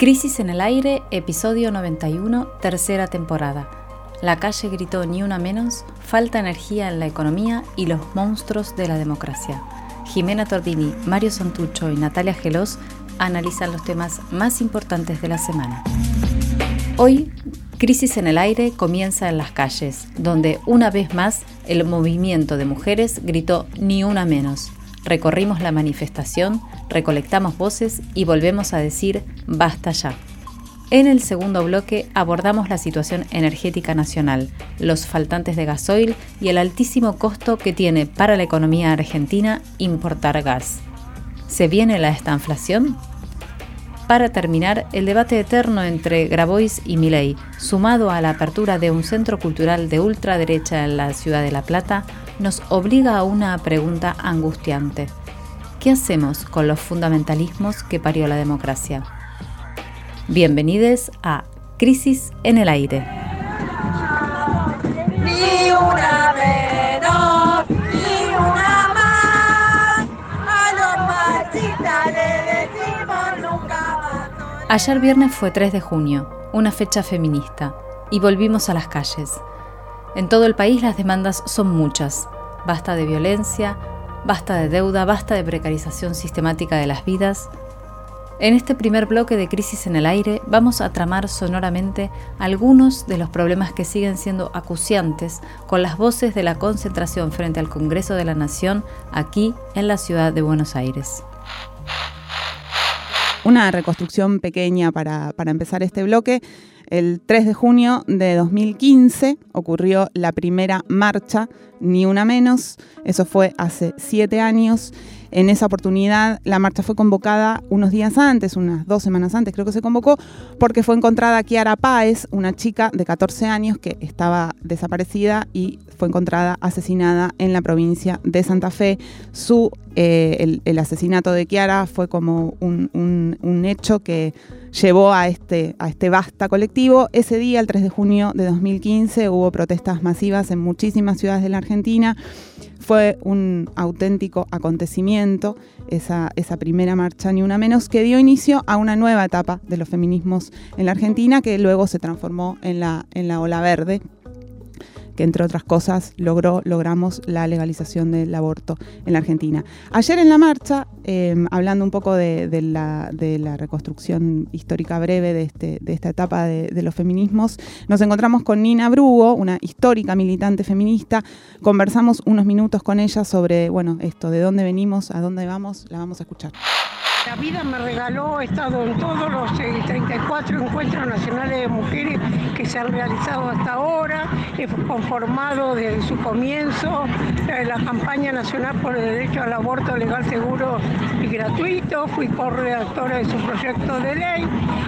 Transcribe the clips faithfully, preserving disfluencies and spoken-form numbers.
Crisis en el aire, episodio noventa y uno, tercera temporada. La calle gritó ni una menos, falta energía en la economía y los monstruos de la democracia. Jimena Tordini, Mario Santucho y Natalia Gelos analizan los temas más importantes de la semana. Hoy, Crisis en el aire comienza en las calles, donde una vez más el movimiento de mujeres gritó ni una menos. Recorrimos la manifestación, recolectamos voces y volvemos a decir basta ya. En el segundo bloque abordamos la situación energética nacional, los faltantes de gasoil y el altísimo costo que tiene para la economía argentina importar gas. ¿Se viene la estanflación? Para terminar, el debate eterno entre Grabois y Milei, sumado a la apertura de un centro cultural de ultraderecha en la ciudad de La Plata, nos obliga a una pregunta angustiante. ¿Qué hacemos con los fundamentalismos que parió la democracia? Bienvenidos a Crisis en el aire. Ni una menos, ni una más. A los marxistas le decimos nunca más. Ayer viernes fue tres de junio, una fecha feminista, y volvimos a las calles. En todo el país las demandas son muchas. Basta de violencia, basta de deuda, basta de precarización sistemática de las vidas. En este primer bloque de Crisis en el aire vamos a tramar sonoramente algunos de los problemas que siguen siendo acuciantes con las voces de la concentración frente al Congreso de la Nación aquí en la ciudad de Buenos Aires. Una reconstrucción pequeña para, para empezar este bloque. El tres de junio de dos mil quince ocurrió la primera marcha, ni una menos. Eso fue hace siete años. En esa oportunidad la marcha fue convocada unos días antes, unas dos semanas antes creo que se convocó, porque fue encontrada Kiara Páez, una chica de catorce años que estaba desaparecida y fue encontrada asesinada en la provincia de Santa Fe. Su, eh, el, el asesinato de Kiara fue como un, un, un hecho que llevó a este, a este basta colectivo. Ese día, el tres de junio de dos mil quince, hubo protestas masivas en muchísimas ciudades de la Argentina. Fue un auténtico acontecimiento, esa, esa primera marcha, ni una menos, que dio inicio a una nueva etapa de los feminismos en la Argentina, que luego se transformó en la, en la ola verde, que entre otras cosas logró, logramos la legalización del aborto en la Argentina. Ayer en la marcha, eh, hablando un poco de, de, la, de la reconstrucción histórica breve de, este, de esta etapa de, de los feminismos, nos encontramos con Nina Brugo, una histórica militante feminista. Conversamos unos minutos con ella sobre, bueno, esto, de dónde venimos, a dónde vamos, la vamos a escuchar. La vida me regaló, he estado en todos los eh, treinta y cuatro encuentros nacionales de mujeres que se han realizado hasta ahora. He conformado desde su comienzo eh, la campaña nacional por el derecho al aborto legal, seguro y gratuito. Fui corredactora de su proyecto de ley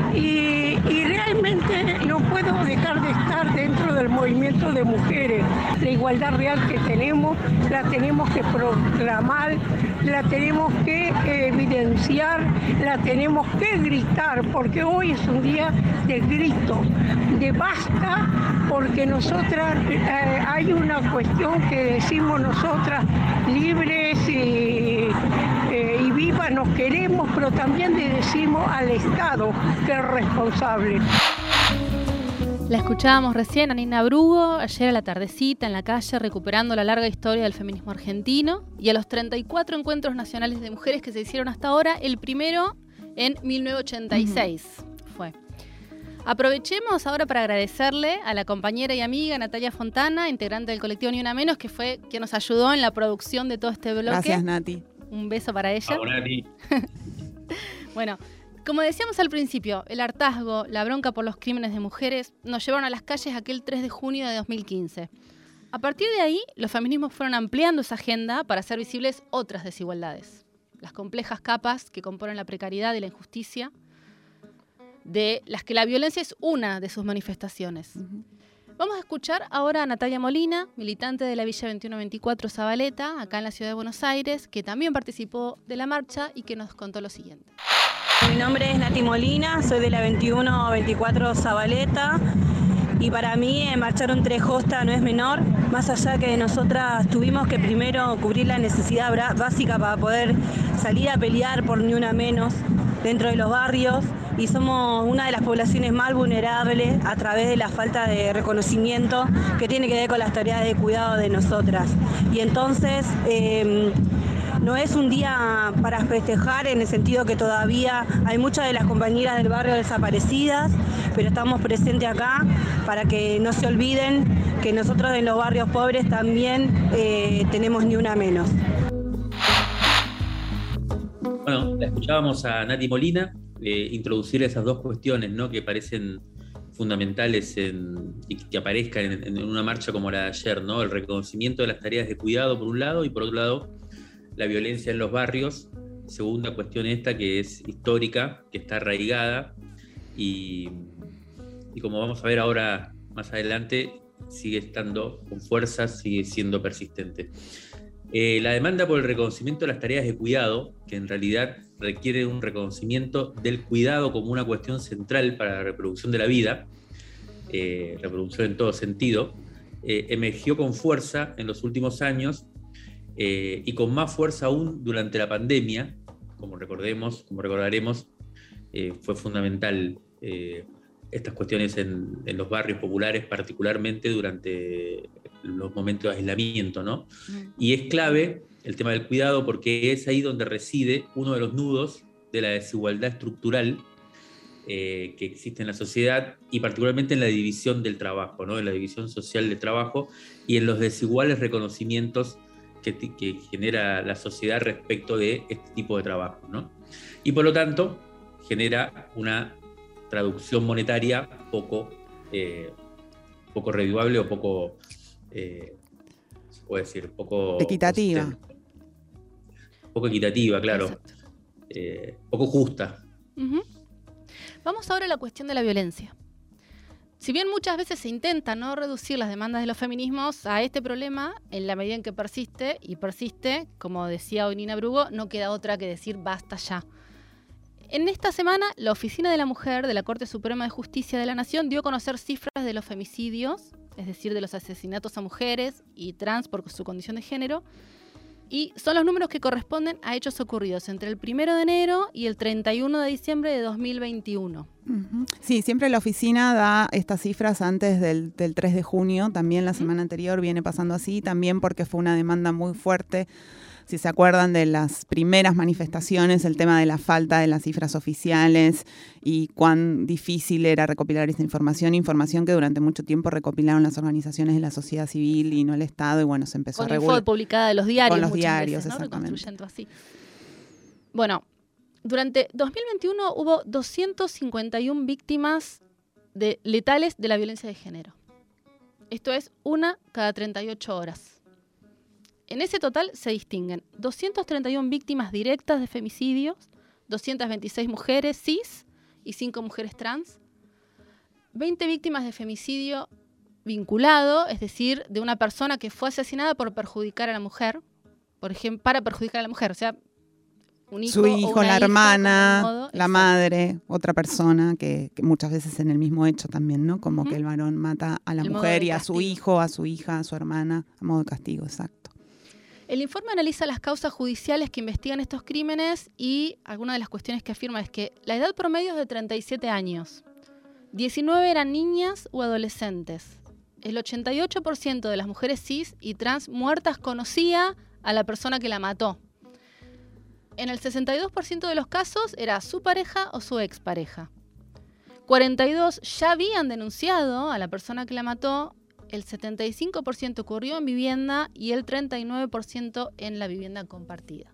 y, y realmente no puedo dejar de estar dentro del movimiento de mujeres. La igualdad real que tenemos, la tenemos que proclamar, la tenemos que eh, evidenciar, la tenemos que gritar, porque hoy es un día de grito, de basta, porque nosotras, eh, hay una cuestión que decimos nosotras, libres y, eh, y vivas nos queremos, pero también le decimos al Estado que es responsable. La escuchábamos recién a Nina Brugo, ayer a la tardecita en la calle, recuperando la larga historia del feminismo argentino y a los treinta y cuatro encuentros nacionales de mujeres que se hicieron hasta ahora, el primero en mil novecientos ochenta y seis uh-huh. fue. Aprovechemos ahora para agradecerle a la compañera y amiga Natalia Fontana, integrante del colectivo Ni Una Menos, que fue quien nos ayudó en la producción de todo este bloque. Gracias, Nati. Un beso para ella. Bravo, Nati. Bueno, como decíamos al principio, el hartazgo, la bronca por los crímenes de mujeres nos llevaron a las calles aquel tres de junio de dos mil quince. A partir de ahí, los feminismos fueron ampliando esa agenda para hacer visibles otras desigualdades. Las complejas capas que componen la precariedad y la injusticia, de las que la violencia es una de sus manifestaciones. Uh-huh. Vamos a escuchar ahora a Natalia Molina, militante de la Villa veintiuno veinticuatro Zabaleta, acá en la ciudad de Buenos Aires, que también participó de la marcha y que nos contó lo siguiente. Mi nombre es Nati Molina, soy de la veintiuno veinticuatro Zabaleta y para mí eh, marchar un tres Josta no es menor, más allá que nosotras tuvimos que primero cubrir la necesidad básica para poder salir a pelear por Ni Una Menos. dentro de los barrios y somos una de las poblaciones más vulnerables a través de la falta de reconocimiento que tiene que ver con las tareas de cuidado de nosotras. Y entonces eh, no es un día para festejar en el sentido que todavía hay muchas de las compañeras del barrio desaparecidas, pero estamos presentes acá para que no se olviden que nosotros en los barrios pobres también eh, tenemos ni una menos. Bueno, la escuchábamos a Nati Molina eh, introducir esas dos cuestiones, ¿no?, que parecen fundamentales en, y que aparezcan en, en una marcha como la de ayer, ¿no? El reconocimiento de las tareas de cuidado por un lado y por otro lado la violencia en los barrios. Segunda cuestión esta que es histórica, que está arraigada y, y como vamos a ver ahora más adelante, sigue estando con fuerza, sigue siendo persistente. Eh, la demanda por el reconocimiento de las tareas de cuidado, que en realidad requiere un reconocimiento del cuidado como una cuestión central para la reproducción de la vida, eh, reproducción en todo sentido, eh, emergió con fuerza en los últimos años eh, y con más fuerza aún durante la pandemia. Como recordemos, como recordaremos, eh, fue fundamental eh, estas cuestiones en, en los barrios populares, particularmente durante los momentos de aislamiento, ¿no? Mm. Y es clave el tema del cuidado porque es ahí donde reside uno de los nudos de la desigualdad estructural eh, que existe en la sociedad y particularmente en la división del trabajo, ¿no? En la división social del trabajo y en los desiguales reconocimientos que, que genera la sociedad respecto de este tipo de trabajo, ¿no? Y por lo tanto genera una traducción monetaria poco, eh, poco redituable o poco... Eh, se puede decir, poco equitativa. Poco equitativa, claro. Eh, poco justa. Uh-huh. Vamos ahora a la cuestión de la violencia. Si bien muchas veces se intenta no reducir las demandas de los feminismos a este problema, en la medida en que persiste y persiste, como decía hoy Nina Brugo, no queda otra que decir basta ya. En esta semana, la Oficina de la Mujer de la Corte Suprema de Justicia de la Nación dio a conocer cifras de los femicidios, es decir, de los asesinatos a mujeres y trans por su condición de género, y son los números que corresponden a hechos ocurridos entre el primero de enero y el treinta y uno de diciembre de dos mil veintiuno. Uh-huh. Sí, siempre la oficina da estas cifras antes del, del tres de junio, también la semana uh-huh. anterior viene pasando así, también porque fue una demanda muy fuerte. Si se acuerdan de las primeras manifestaciones, el tema de la falta de las cifras oficiales y cuán difícil era recopilar esa información, información que durante mucho tiempo recopilaron las organizaciones de la sociedad civil y no el Estado, y bueno, se empezó con a regular. Con info publicada de los diarios. Con los muchas diarios, veces, ¿no? exactamente. Reconstruyendo así. Bueno, durante dos mil veintiuno hubo doscientas cincuenta y una víctimas de, letales de la violencia de género. Esto es una cada treinta y ocho horas. En ese total se distinguen doscientas treinta y una víctimas directas de femicidios, doscientas veintiséis mujeres cis y cinco mujeres trans, veinte víctimas de femicidio vinculado, es decir, de una persona que fue asesinada por perjudicar a la mujer, por ejemplo, para perjudicar a la mujer, o sea, un hijo, su hijo, o una la hija, hermana, modo, la exacto. madre, otra persona que, que muchas veces en el mismo hecho también, ¿no? Como uh-huh. que el varón mata a la el mujer y a castigo. su hijo, a su hija, a su hermana, a modo de castigo, exacto. El informe analiza las causas judiciales que investigan estos crímenes y algunas de las cuestiones que afirma es que la edad promedio es de treinta y siete años, diecinueve eran niñas o adolescentes, el ochenta y ocho por ciento de las mujeres cis y trans muertas conocía a la persona que la mató. En el sesenta y dos por ciento de los casos era su pareja o su expareja. cuarenta y dos ya habían denunciado a la persona que la mató. El setenta y cinco por ciento ocurrió en vivienda y el treinta y nueve por ciento en la vivienda compartida.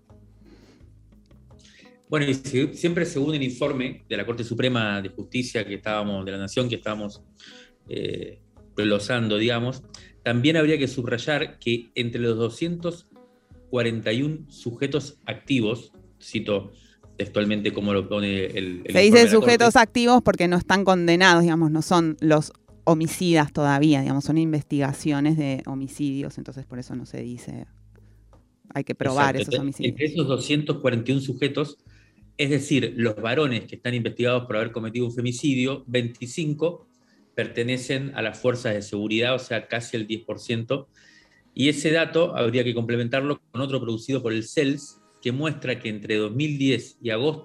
Bueno, y si, siempre según el informe de la Corte Suprema de Justicia que estábamos, de la Nación que estábamos eh, glosando, digamos, también habría que subrayar que entre los doscientos cuarenta y uno sujetos activos, cito textualmente como lo pone el, el Se dice sujetos activos porque no están condenados, digamos, no son los homicidas todavía, digamos, son investigaciones de homicidios, entonces por eso no se dice, hay que probar Exacto. esos homicidios. Entre esos doscientos cuarenta y uno sujetos, es decir, los varones que están investigados por haber cometido un femicidio, veinticinco pertenecen a las fuerzas de seguridad, o sea, casi el diez por ciento, y ese dato habría que complementarlo con otro producido por el C E L S, que muestra que entre dos mil diez y agosto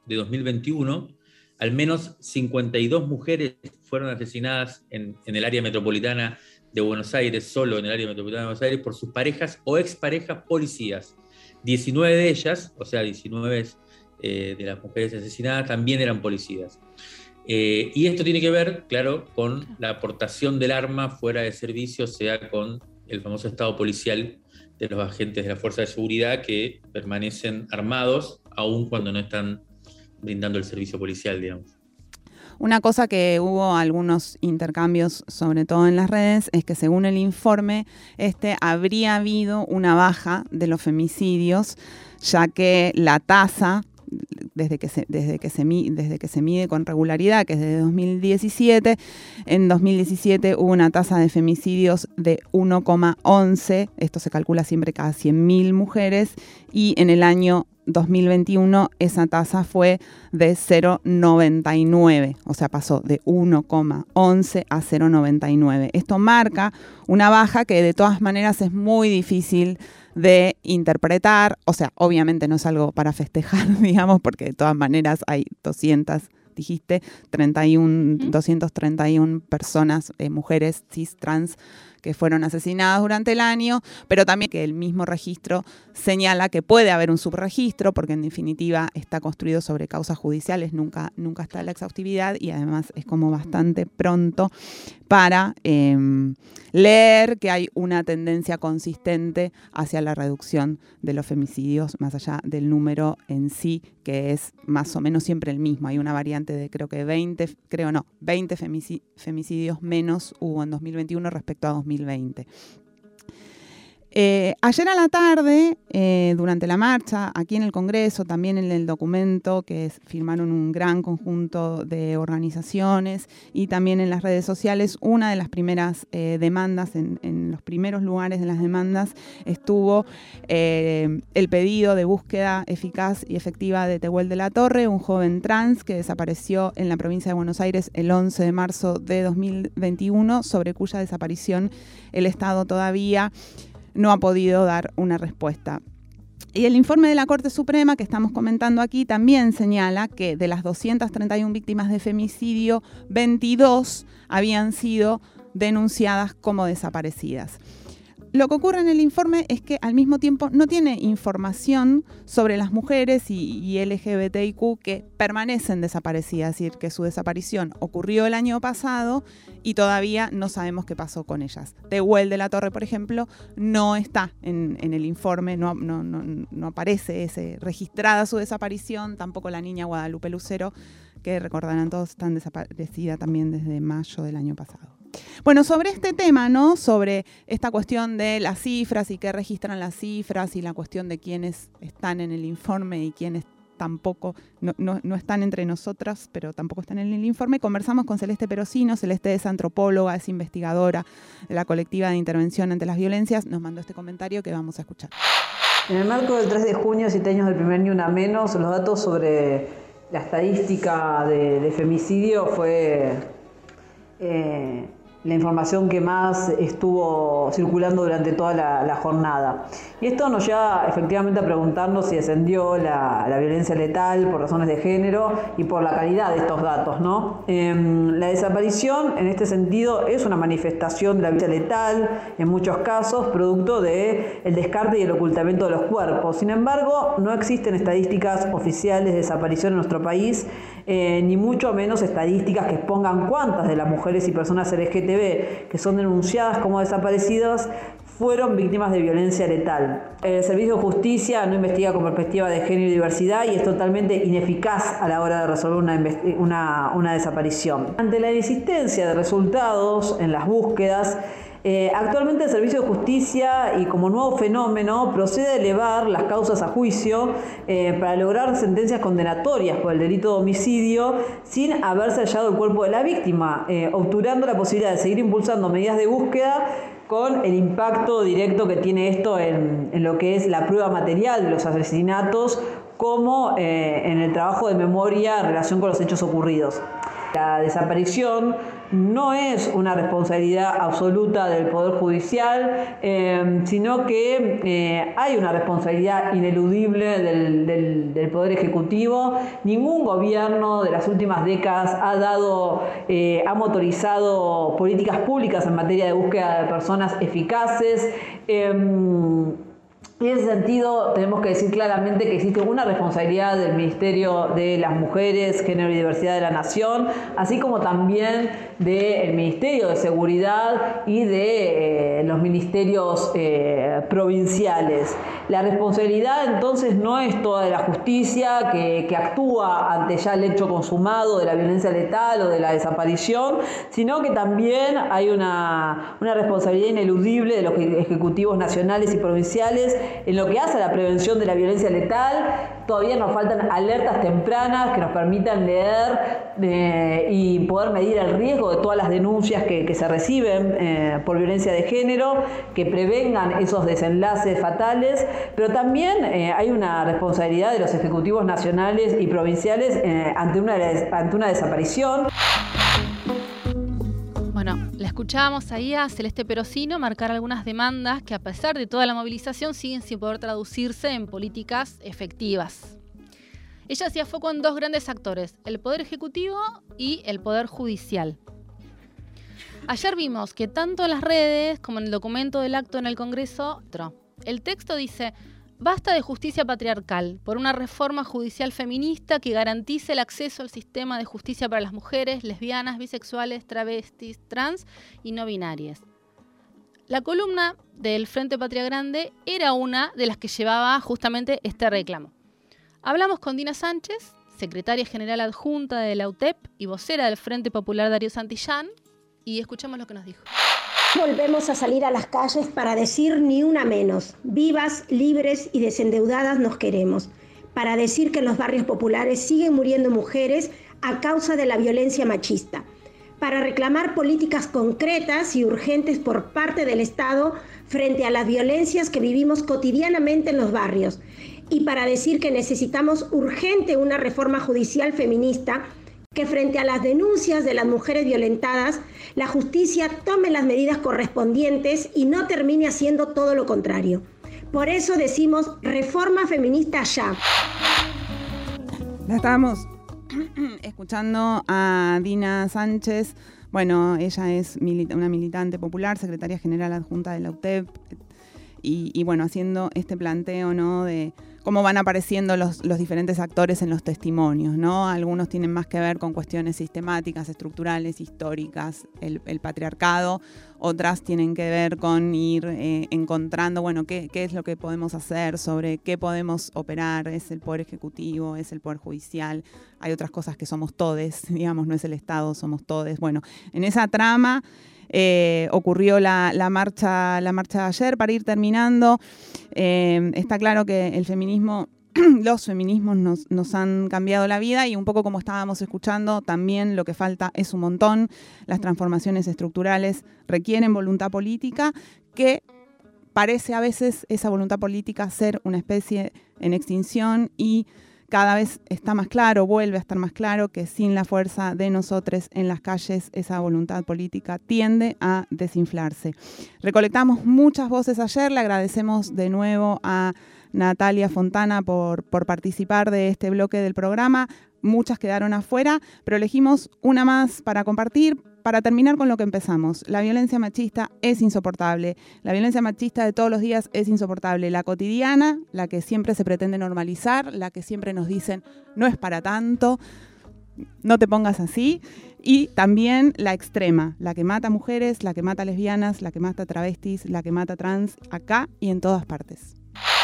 de dos mil veintiuno, al menos cincuenta y dos mujeres fueron asesinadas en, en el área metropolitana de Buenos Aires, solo en el área metropolitana de Buenos Aires, por sus parejas o exparejas policías. diecinueve de ellas, o sea, diecinueve eh, de las mujeres asesinadas, también eran policías. Eh, y esto tiene que ver, claro, con la aportación del arma fuera de servicio, o sea, con el famoso estado policial de los agentes de la fuerza de seguridad que permanecen armados aun cuando no están brindando el servicio policial, digamos. Una cosa que hubo algunos intercambios, sobre todo en las redes, es que según el informe, este, habría habido una baja de los femicidios, ya que la tasa, desde que se, desde que se, desde que se mide con regularidad, que es desde dos mil diecisiete, en dos mil diecisiete hubo una tasa de femicidios de uno coma once, esto se calcula siempre cada cien mil mujeres, y en el año dos mil veintiuno esa tasa fue de cero coma noventa y nueve, o sea, pasó de uno coma once a cero coma noventa y nueve. Esto marca una baja que de todas maneras es muy difícil de interpretar, o sea, obviamente no es algo para festejar, digamos, porque de todas maneras hay doscientas, dijiste, treinta y uno, uh-huh. doscientas treinta y una personas, eh, mujeres cis, trans, que fueron asesinadas durante el año, pero también que el mismo registro señala que puede haber un subregistro, porque en definitiva está construido sobre causas judiciales, nunca, nunca está la exhaustividad y además es como bastante pronto para eh, leer que hay una tendencia consistente hacia la reducción de los femicidios, más allá del número en sí, que es más o menos siempre el mismo. Hay una variante de creo que veinte, creo no, veinte femicidios menos hubo en dos mil veintiuno respecto a dos mil veinte. Eh, ayer a la tarde, eh, durante la marcha, aquí en el Congreso, también en el documento que es, firmaron un gran conjunto de organizaciones y también en las redes sociales, una de las primeras eh, demandas, en, en los primeros lugares de las demandas, estuvo eh, el pedido de búsqueda eficaz y efectiva de Tehuel de la Torre, un joven trans que desapareció en la provincia de Buenos Aires el once de marzo de dos mil veintiuno, sobre cuya desaparición el Estado todavía no ha podido dar una respuesta. Y el informe de la Corte Suprema que estamos comentando aquí también señala que de las doscientas treinta y una víctimas de femicidio, veintidós habían sido denunciadas como desaparecidas. Lo que ocurre en el informe es que al mismo tiempo no tiene información sobre las mujeres y, y L G B T I Q que permanecen desaparecidas, es decir, que su desaparición ocurrió el año pasado y todavía no sabemos qué pasó con ellas. Tehuel de la Torre, por ejemplo, no está en, en el informe, no, no, no, no aparece ese, registrada su desaparición, tampoco la niña Guadalupe Lucero, que recordarán todos, están desaparecida también desde mayo del año pasado. Bueno, sobre este tema, ¿no? Sobre esta cuestión de las cifras y qué registran las cifras y la cuestión de quiénes están en el informe y quiénes tampoco, no, no, no están entre nosotras, pero tampoco están en el informe, conversamos con Celeste Perosino. Celeste es antropóloga, es investigadora de la colectiva de intervención ante las violencias. Nos mandó este comentario que vamos a escuchar. En el marco del tres de junio, siete años del primer Ni Una Menos, los datos sobre la estadística de, de femicidio fue eh, la información que más estuvo circulando durante toda la, la jornada. Y esto nos lleva efectivamente a preguntarnos si descendió la, la violencia letal por razones de género y por la calidad de estos datos, ¿no? Eh, la desaparición, en este sentido, es una manifestación de la violencia letal, en muchos casos, producto del descarte y el ocultamiento de los cuerpos. Sin embargo, no existen estadísticas oficiales de desaparición en nuestro país, eh, ni mucho menos estadísticas que expongan cuántas de las mujeres y personas L G B T que son denunciadas como desaparecidas fueron víctimas de violencia letal. El Servicio de Justicia no investiga con perspectiva de género y diversidad y es totalmente ineficaz a la hora de resolver una, una, una desaparición. Ante la inexistencia de resultados en las búsquedas, Eh, actualmente el Servicio de Justicia, y como nuevo fenómeno, procede a elevar las causas a juicio eh, para lograr sentencias condenatorias por el delito de homicidio sin haberse hallado el cuerpo de la víctima, eh, obturando la posibilidad de seguir impulsando medidas de búsqueda con el impacto directo que tiene esto en, en lo que es la prueba material de los asesinatos, como eh, en el trabajo de memoria en relación con los hechos ocurridos. La desaparición no es una responsabilidad absoluta del Poder Judicial, eh, sino que eh, hay una responsabilidad ineludible del, del, del Poder Ejecutivo. Ningún gobierno de las últimas décadas ha dado, eh, ha motorizado políticas públicas en materia de búsqueda de personas eficaces. Eh, En ese sentido, tenemos que decir claramente que existe una responsabilidad del Ministerio de las Mujeres, Género y Diversidad de la Nación, así como también del Ministerio de Seguridad y de eh, los ministerios eh, provinciales. La responsabilidad entonces no es toda de la justicia que, que actúa ante ya el hecho consumado de la violencia letal o de la desaparición, sino que también hay una, una responsabilidad ineludible de los ejecutivos nacionales y provinciales en lo que hace a la prevención de la violencia letal. Todavía nos faltan alertas tempranas que nos permitan leer eh, y poder medir el riesgo de todas las denuncias que, que se reciben eh, por violencia de género, que prevengan esos desenlaces fatales, pero también eh, hay una responsabilidad de los ejecutivos nacionales y provinciales eh, ante, una, ante una desaparición. Bueno, la escuchábamos ahí a Celeste Perosino marcar algunas demandas que a pesar de toda la movilización siguen sin poder traducirse en políticas efectivas. Ella hacía foco en dos grandes actores, el Poder Ejecutivo y el Poder Judicial. Ayer vimos que tanto en las redes como en el documento del acto en el Congreso, el texto dice: basta de justicia patriarcal por una reforma judicial feminista que garantice el acceso al sistema de justicia para las mujeres, lesbianas, bisexuales, travestis, trans y no binarias. La columna del Frente Patria Grande era una de las que llevaba justamente este reclamo. Hablamos con Dina Sánchez, secretaria general adjunta de la U T E P y vocera del Frente Popular Darío Santillán, y escuchamos lo que nos dijo. Volvemos a salir a las calles para decir ni una menos. Vivas, libres y desendeudadas nos queremos. Para decir que en los barrios populares siguen muriendo mujeres a causa de la violencia machista. Para reclamar políticas concretas y urgentes por parte del Estado frente a las violencias que vivimos cotidianamente en los barrios. Y para decir que necesitamos urgente una reforma judicial feminista que frente a las denuncias de las mujeres violentadas, la justicia tome las medidas correspondientes y no termine haciendo todo lo contrario. Por eso decimos reforma feminista ya. La estábamos escuchando a Dina Sánchez. Bueno, ella es milita- una militante popular, secretaria general adjunta de la U T E P, y, y bueno, haciendo este planteo, ¿no?, de cómo van apareciendo los, los diferentes actores en los testimonios, ¿no? Algunos tienen más que ver con cuestiones sistemáticas, estructurales, históricas, el, el patriarcado. Otras tienen que ver con ir eh, encontrando, bueno, qué, qué es lo que podemos hacer, sobre qué podemos operar. Es el Poder Ejecutivo, es el Poder Judicial. Hay otras cosas que somos todes, digamos, no es el Estado, somos todes. Bueno, en esa trama Eh, ocurrió la, la, marcha, la marcha de ayer. Para ir terminando, eh, está claro que el feminismo, los feminismos nos, nos han cambiado la vida, y un poco como estábamos escuchando, también lo que falta es un montón. Las transformaciones estructurales requieren voluntad política, que parece a veces esa voluntad política ser una especie en extinción, y cada vez está más claro, vuelve a estar más claro, que sin la fuerza de nosotros en las calles, esa voluntad política tiende a desinflarse. Recolectamos muchas voces ayer, le agradecemos de nuevo a Natalia Fontana por, por participar de este bloque del programa. Muchas quedaron afuera, pero elegimos una más para compartir, para terminar con lo que empezamos. La violencia machista es insoportable. La violencia machista de todos los días es insoportable. La cotidiana, la que siempre se pretende normalizar, la que siempre nos dicen no es para tanto, no te pongas así. Y también la extrema, la que mata mujeres, la que mata lesbianas, la que mata travestis, la que mata trans, acá y en todas partes.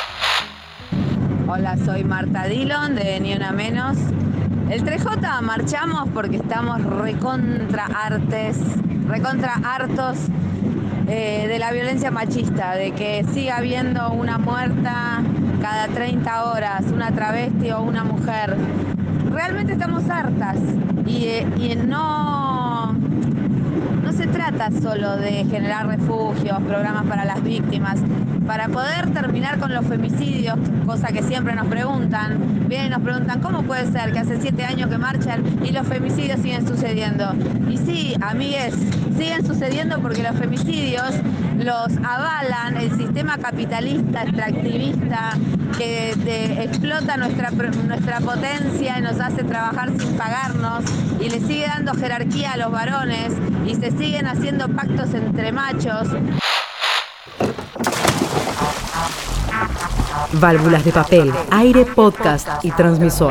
Hola, soy Marta Dillon de Ni Una Menos. El tres J marchamos porque estamos recontra artes, recontra hartos eh, de la violencia machista, de que siga habiendo una muerta cada treinta horas, una travesti o una mujer. Realmente estamos hartas y, y no, no se trata solo de generar refugios, programas para las víctimas. para poder terminar con los femicidios, cosa que siempre nos preguntan, vienen y nos preguntan cómo puede ser que hace siete años que marchan y los femicidios siguen sucediendo. Y sí, amigues, siguen sucediendo porque los femicidios los avalan el sistema capitalista, extractivista, que te explota nuestra, nuestra potencia y nos hace trabajar sin pagarnos y le sigue dando jerarquía a los varones y se siguen haciendo pactos entre machos. Válvulas de papel, aire, podcast y transmisor.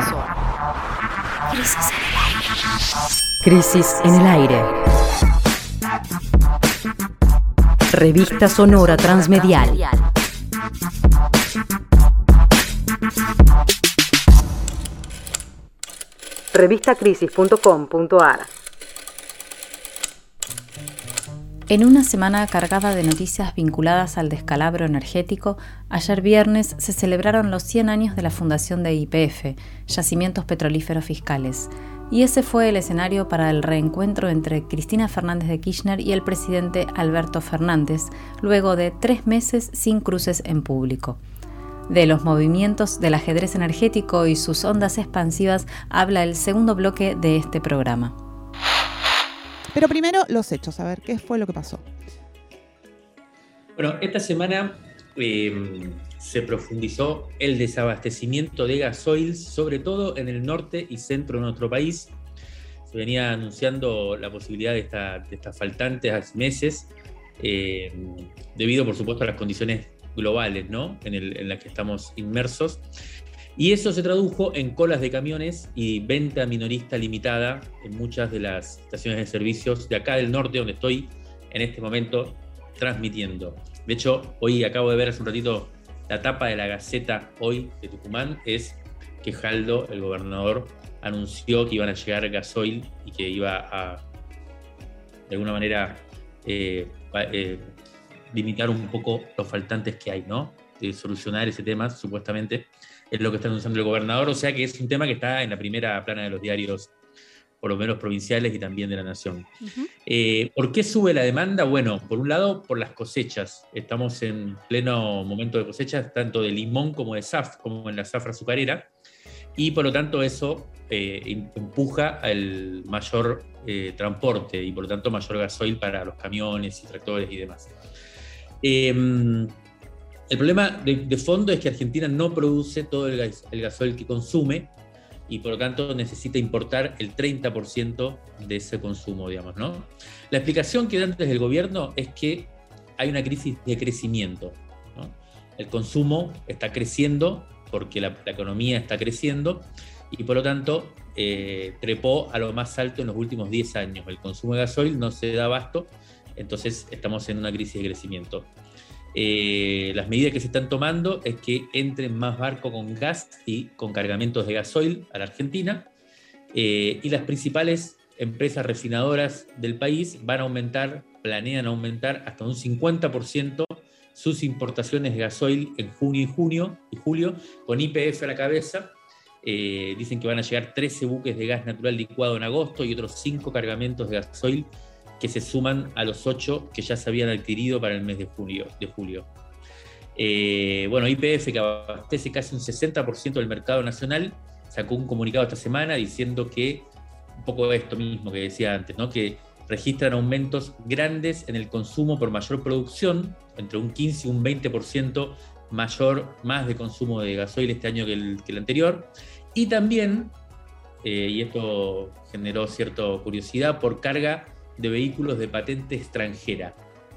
Crisis en el aire. Revista sonora transmedial. revista crisis punto com punto a r. En una semana cargada de noticias vinculadas al descalabro energético, ayer viernes se celebraron los cien años de la fundación de Y P F, Yacimientos Petrolíferos Fiscales, y ese fue el escenario para el reencuentro entre Cristina Fernández de Kirchner y el presidente Alberto Fernández, luego de tres meses sin cruces en público. De los movimientos del ajedrez energético y sus ondas expansivas habla el segundo bloque de este programa. Pero primero los hechos, a ver, ¿qué fue lo que pasó? Bueno, esta semana eh, se profundizó el desabastecimiento de gasoil, sobre todo en el norte y centro de nuestro país. Se venía anunciando la posibilidad de, esta, de estas faltantes hace meses, eh, debido, por supuesto, a las condiciones globales, ¿no? en, el, en las que estamos inmersos. Y eso se tradujo en colas de camiones y venta minorista limitada en muchas de las estaciones de servicios de acá del norte, donde estoy en este momento transmitiendo. De hecho, hoy acabo de ver hace un ratito la tapa de la Gaceta Hoy de Tucumán, es que Jaldo, el gobernador, anunció que iban a llegar gasoil y que iba a, de alguna manera, eh, eh, limitar un poco los faltantes que hay, ¿no? De solucionar ese tema, supuestamente. Es lo que está anunciando el gobernador, o sea que es un tema que está en la primera plana de los diarios, por lo menos provinciales y también de la nación. Uh-huh. Eh, ¿Por qué sube la demanda? Bueno, por un lado, por las cosechas. Estamos en pleno momento de cosechas, tanto de limón como de zaf, como en la zafra azucarera, y por lo tanto eso eh, empuja al mayor eh, transporte y por lo tanto mayor gasoil para los camiones y tractores y demás. Eh, El problema de, de fondo es que Argentina no produce todo el, gas, el gasoil que consume y por lo tanto necesita importar el treinta por ciento de ese consumo, digamos, ¿no? La explicación que dan desde el gobierno es que hay una crisis de crecimiento, ¿no? El consumo está creciendo porque la, la economía está creciendo y por lo tanto eh, trepó a lo más alto en los últimos diez años. El consumo de gasoil no se da abasto, entonces estamos en una crisis de crecimiento. Eh, las medidas que se están tomando es que entren más barcos con gas y con cargamentos de gasoil a la Argentina, eh, y las principales empresas refinadoras del país van a aumentar, planean aumentar hasta un cincuenta por ciento sus importaciones de gasoil en junio y junio y julio, con Y P F a la cabeza. Eh, dicen que van a llegar trece buques de gas natural licuado en agosto y otros cinco cargamentos de gasoil que se suman a los ocho que ya se habían adquirido para el mes de julio. De julio. Eh, bueno, Y P F, que abastece casi un sesenta por ciento del mercado nacional, sacó un comunicado esta semana diciendo que, un poco esto mismo que decía antes, ¿no? Que registran aumentos grandes en el consumo por mayor producción, entre un quince y un veinte por ciento mayor, más de consumo de gasoil este año que el, que el anterior, y también, eh, y esto generó cierta curiosidad, por carga de vehículos de patente extranjera.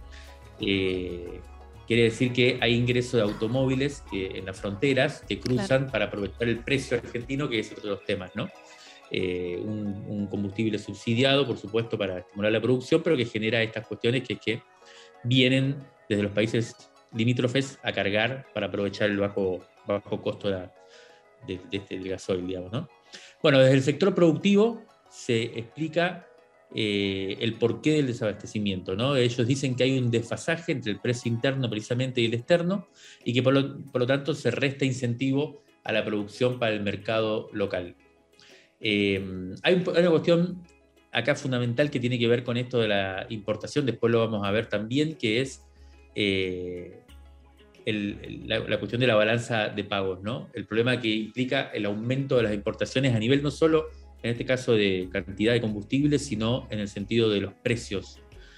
Eh, quiere decir que hay ingreso de automóviles que, en las fronteras que cruzan, claro, para aprovechar el precio argentino, que es otro de los temas, ¿no? Eh, un, un combustible subsidiado, por supuesto, para estimular la producción, pero que genera estas cuestiones que, que vienen desde los países limítrofes a cargar para aprovechar el bajo, bajo costo de, de, de este, del gasoil, digamos, ¿no? Bueno, desde el sector productivo se explica Eh, el porqué del desabastecimiento, ¿no? Ellos dicen que hay un desfasaje entre el precio interno precisamente y el externo y que por lo, por lo tanto se resta incentivo a la producción para el mercado local. Eh, hay, un, hay una cuestión acá fundamental que tiene que ver con esto de la importación, después lo vamos a ver también, que es eh, el, el, la, la cuestión de la balanza de pagos, ¿no? El problema que implica el aumento de las importaciones a nivel no solo, en este caso, de cantidad de combustible, sino en el sentido de los precios.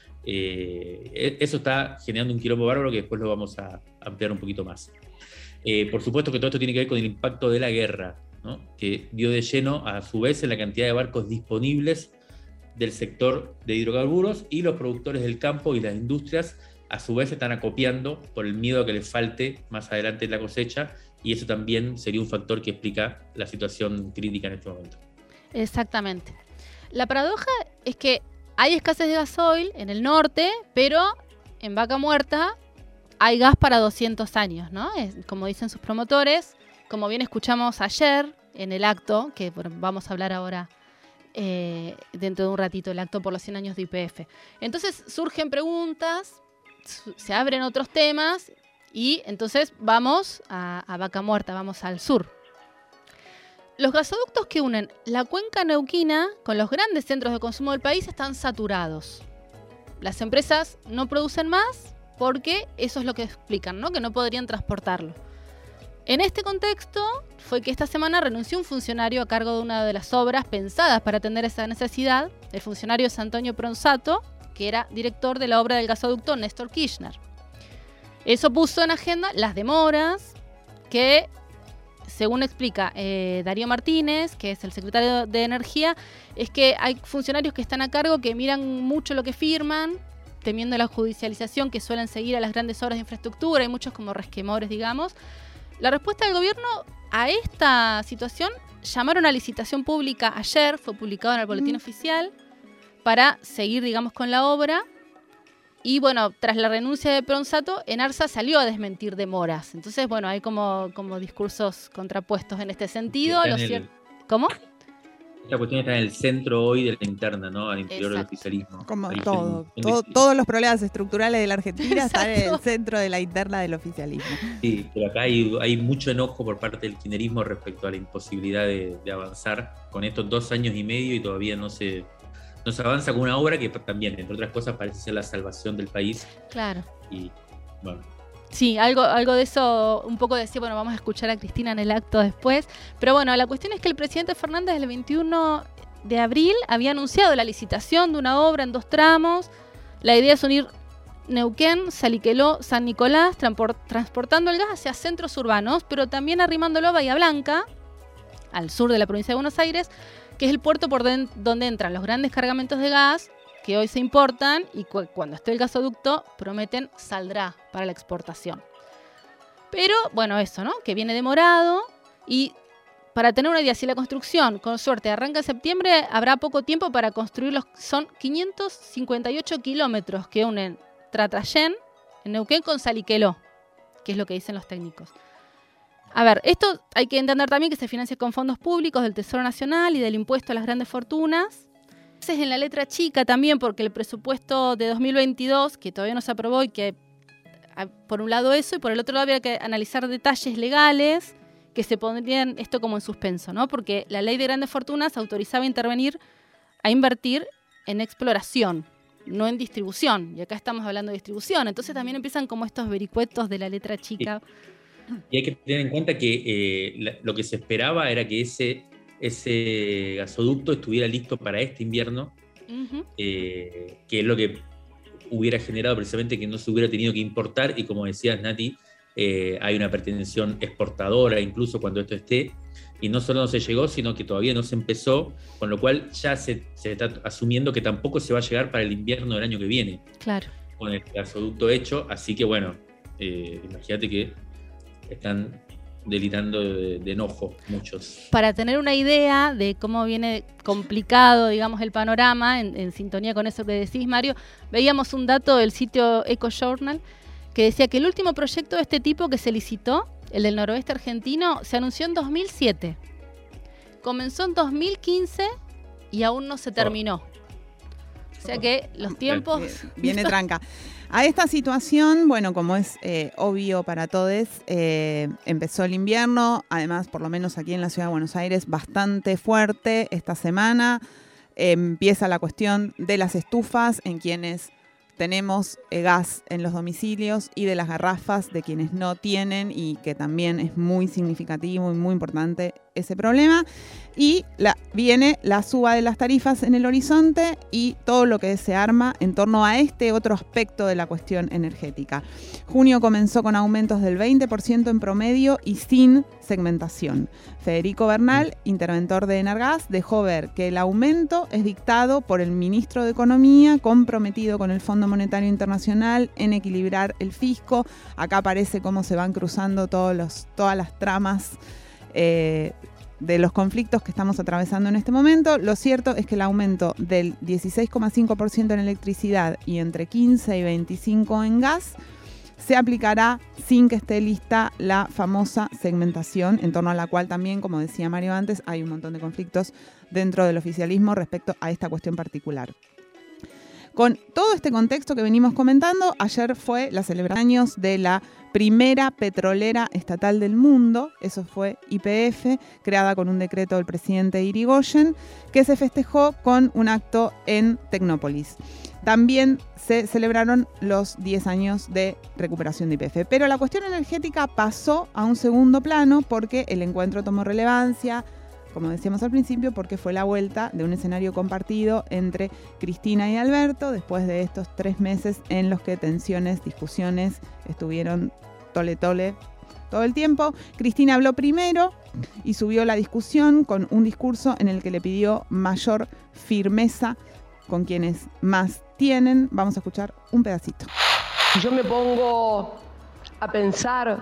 Eh, eso está generando un quilombo bárbaro que después lo vamos a ampliar un poquito más. Eh, por supuesto que todo esto tiene que ver con el impacto de la guerra, ¿no? Que dio de lleno, a su vez, en la cantidad de barcos disponibles del sector de hidrocarburos, y los productores del campo y las industrias a su vez se están acopiando por el miedo a que les falte más adelante la cosecha, y eso también sería un factor que explica la situación crítica en este momento. Exactamente. La paradoja es que hay escasez de gasoil en el norte, pero en Vaca Muerta hay gas para doscientos años, ¿no? Es, como dicen sus promotores, como bien escuchamos ayer en el acto, que bueno, vamos a hablar ahora eh, dentro de un ratito, el acto por los cien años de Y P F. Entonces surgen preguntas, se abren otros temas, y entonces vamos a, a Vaca Muerta, vamos al sur. Los gasoductos que unen la cuenca neuquina con los grandes centros de consumo del país están saturados. Las empresas no producen más porque eso es lo que explican, ¿no? Que no podrían transportarlo. En este contexto fue que esta semana renunció un funcionario a cargo de una de las obras pensadas para atender esa necesidad. El funcionario es Antonio Pronsato, que era director de la obra del gasoducto Néstor Kirchner. Eso puso en agenda las demoras que, según explica eh, Darío Martínez, que es el secretario de Energía, es que hay funcionarios que están a cargo que miran mucho lo que firman, temiendo la judicialización que suelen seguir a las grandes obras de infraestructura, hay muchos como resquemores, digamos. La respuesta del gobierno a esta situación: llamaron a licitación pública ayer, fue publicado en el boletín mm. oficial, para seguir, digamos, con la obra. Y bueno, tras la renuncia de Pronsato, Enarsa salió a desmentir demoras. Entonces, bueno, hay como, como discursos contrapuestos en este sentido. Lo cier- ¿Cómo? Esta cuestión está en el centro hoy de la interna, ¿no? Al interior Exacto. del oficialismo. Como Ahí todo, en, en todo todos los problemas estructurales de la Argentina Exacto. están en el centro de la interna del oficialismo. Sí, pero acá hay, hay mucho enojo por parte del kirchnerismo respecto a la imposibilidad de, de avanzar con estos dos años y medio y todavía no se... No se avanza con una obra que también, entre otras cosas, parece ser la salvación del país. Claro. Y bueno. Sí, algo, algo de eso, un poco decía, bueno, vamos a escuchar a Cristina en el acto después. Pero bueno, la cuestión es que el presidente Fernández el veintiuno de abril había anunciado la licitación de una obra en dos tramos. La idea es unir Neuquén, Saliqueló, San Nicolás, transportando el gas hacia centros urbanos, pero también arrimándolo a Bahía Blanca, al sur de la provincia de Buenos Aires, que es el puerto por de- donde entran los grandes cargamentos de gas que hoy se importan, y cu- cuando esté el gasoducto, prometen, saldrá para la exportación. Pero, bueno, eso, ¿no? Que viene demorado, y para tener una idea, si la construcción, con suerte, arranca en septiembre, habrá poco tiempo para construir los... Son quinientos cincuenta y ocho kilómetros que unen Tratayén, en Neuquén, con Saliqueló, que es lo que dicen los técnicos. A ver, esto hay que entender también que se financia con fondos públicos del Tesoro Nacional y del impuesto a las grandes fortunas. Ese es en la letra chica también, porque el presupuesto de dos mil veintidós, que todavía no se aprobó, y que por un lado eso, y por el otro lado había que analizar detalles legales que se pondrían esto como en suspenso, ¿no? Porque la ley de grandes fortunas autorizaba intervenir a invertir en exploración, no en distribución. Y acá estamos hablando de distribución. Entonces también empiezan como estos vericuetos de la letra chica. Sí. Y hay que tener en cuenta que eh, la, lo que se esperaba era que ese, ese gasoducto estuviera listo para este invierno, uh-huh. eh, que es lo que hubiera generado precisamente que no se hubiera tenido que importar, y como decías, Nati, eh, hay una pretensión exportadora incluso cuando esto esté, y no solo no se llegó, sino que todavía no se empezó, con lo cual ya se, se está asumiendo que tampoco se va a llegar para el invierno del año que viene. Claro. Con el gasoducto hecho, así que bueno, eh, imagínate que están delirando de, de enojo muchos. Para tener una idea de cómo viene complicado, digamos, el panorama, en, en sintonía con eso que decís, Mario, veíamos un dato del sitio EcoJournal que decía que el último proyecto de este tipo que se licitó, el del noroeste argentino, se anunció en dos mil siete. Comenzó en dos mil quince y aún no se terminó. O sea que los tiempos... Viene tranca. A esta situación, bueno, como es eh, obvio para todos, eh, empezó el invierno, además, por lo menos aquí en la ciudad de Buenos Aires, bastante fuerte esta semana. Eh, empieza la cuestión de las estufas, en quienes tenemos eh, gas en los domicilios y de las garrafas de quienes no tienen, y que también es muy significativo y muy importante ese problema. Y la, viene la suba de las tarifas en el horizonte y todo lo que se arma en torno a este otro aspecto de la cuestión energética. Junio comenzó con aumentos del veinte por ciento en promedio y sin segmentación. Federico Bernal, interventor de Enargas, dejó ver que el aumento es dictado por el ministro de Economía, comprometido con el Fondo Monetario Internacional en equilibrar el fisco. Acá aparece cómo se van cruzando todos los, todas las tramas eh, de los conflictos que estamos atravesando en este momento. Lo cierto es que el aumento del dieciséis coma cinco por ciento en electricidad y entre quince y veinticinco por ciento en gas se aplicará sin que esté lista la famosa segmentación, en torno a la cual también, como decía Mario antes, hay un montón de conflictos dentro del oficialismo respecto a esta cuestión particular. Con todo este contexto que venimos comentando, ayer fue la celebración de años de la primera petrolera estatal del mundo, eso fue Y P F, creada con un decreto del presidente Irigoyen, que se festejó con un acto en Tecnópolis. También se celebraron los diez años de recuperación de Y P F. Pero la cuestión energética pasó a un segundo plano porque el encuentro tomó relevancia, como decíamos al principio, porque fue la vuelta de un escenario compartido entre Cristina y Alberto, después de estos tres meses en los que tensiones, discusiones estuvieron tole tole todo el tiempo. Cristina habló primero y subió la discusión con un discurso en el que le pidió mayor firmeza con quienes más tienen. Vamos a escuchar un pedacito. Si yo me pongo a pensar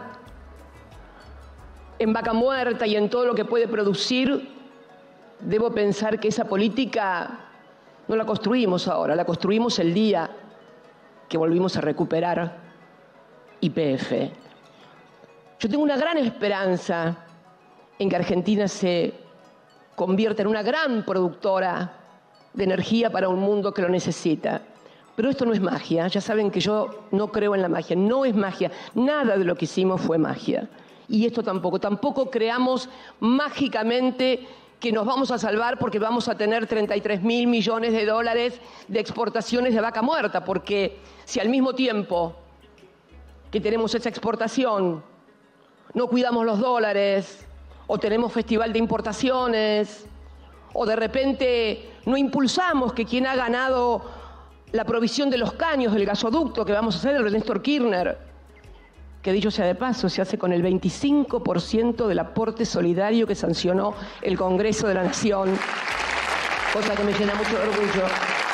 en Vaca Muerta y en todo lo que puede producir, debo pensar que esa política no la construimos ahora, la construimos el día que volvimos a recuperar Y P F. Yo tengo una gran esperanza en que Argentina se convierta en una gran productora de energía para un mundo que lo necesita. Pero esto no es magia, ya saben que yo no creo en la magia, no es magia, nada de lo que hicimos fue magia. Y esto tampoco, tampoco creamos mágicamente que nos vamos a salvar porque vamos a tener treinta y tres mil millones de dólares de exportaciones de Vaca Muerta, porque si al mismo tiempo que tenemos esa exportación no cuidamos los dólares, o tenemos festival de importaciones, o de repente no impulsamos que quien ha ganado la provisión de los caños del gasoducto que vamos a hacer, el Néstor Kirchner, que dicho sea de paso, se hace con el veinticinco por ciento del aporte solidario que sancionó el Congreso de la Nación, cosa que me llena mucho de orgullo.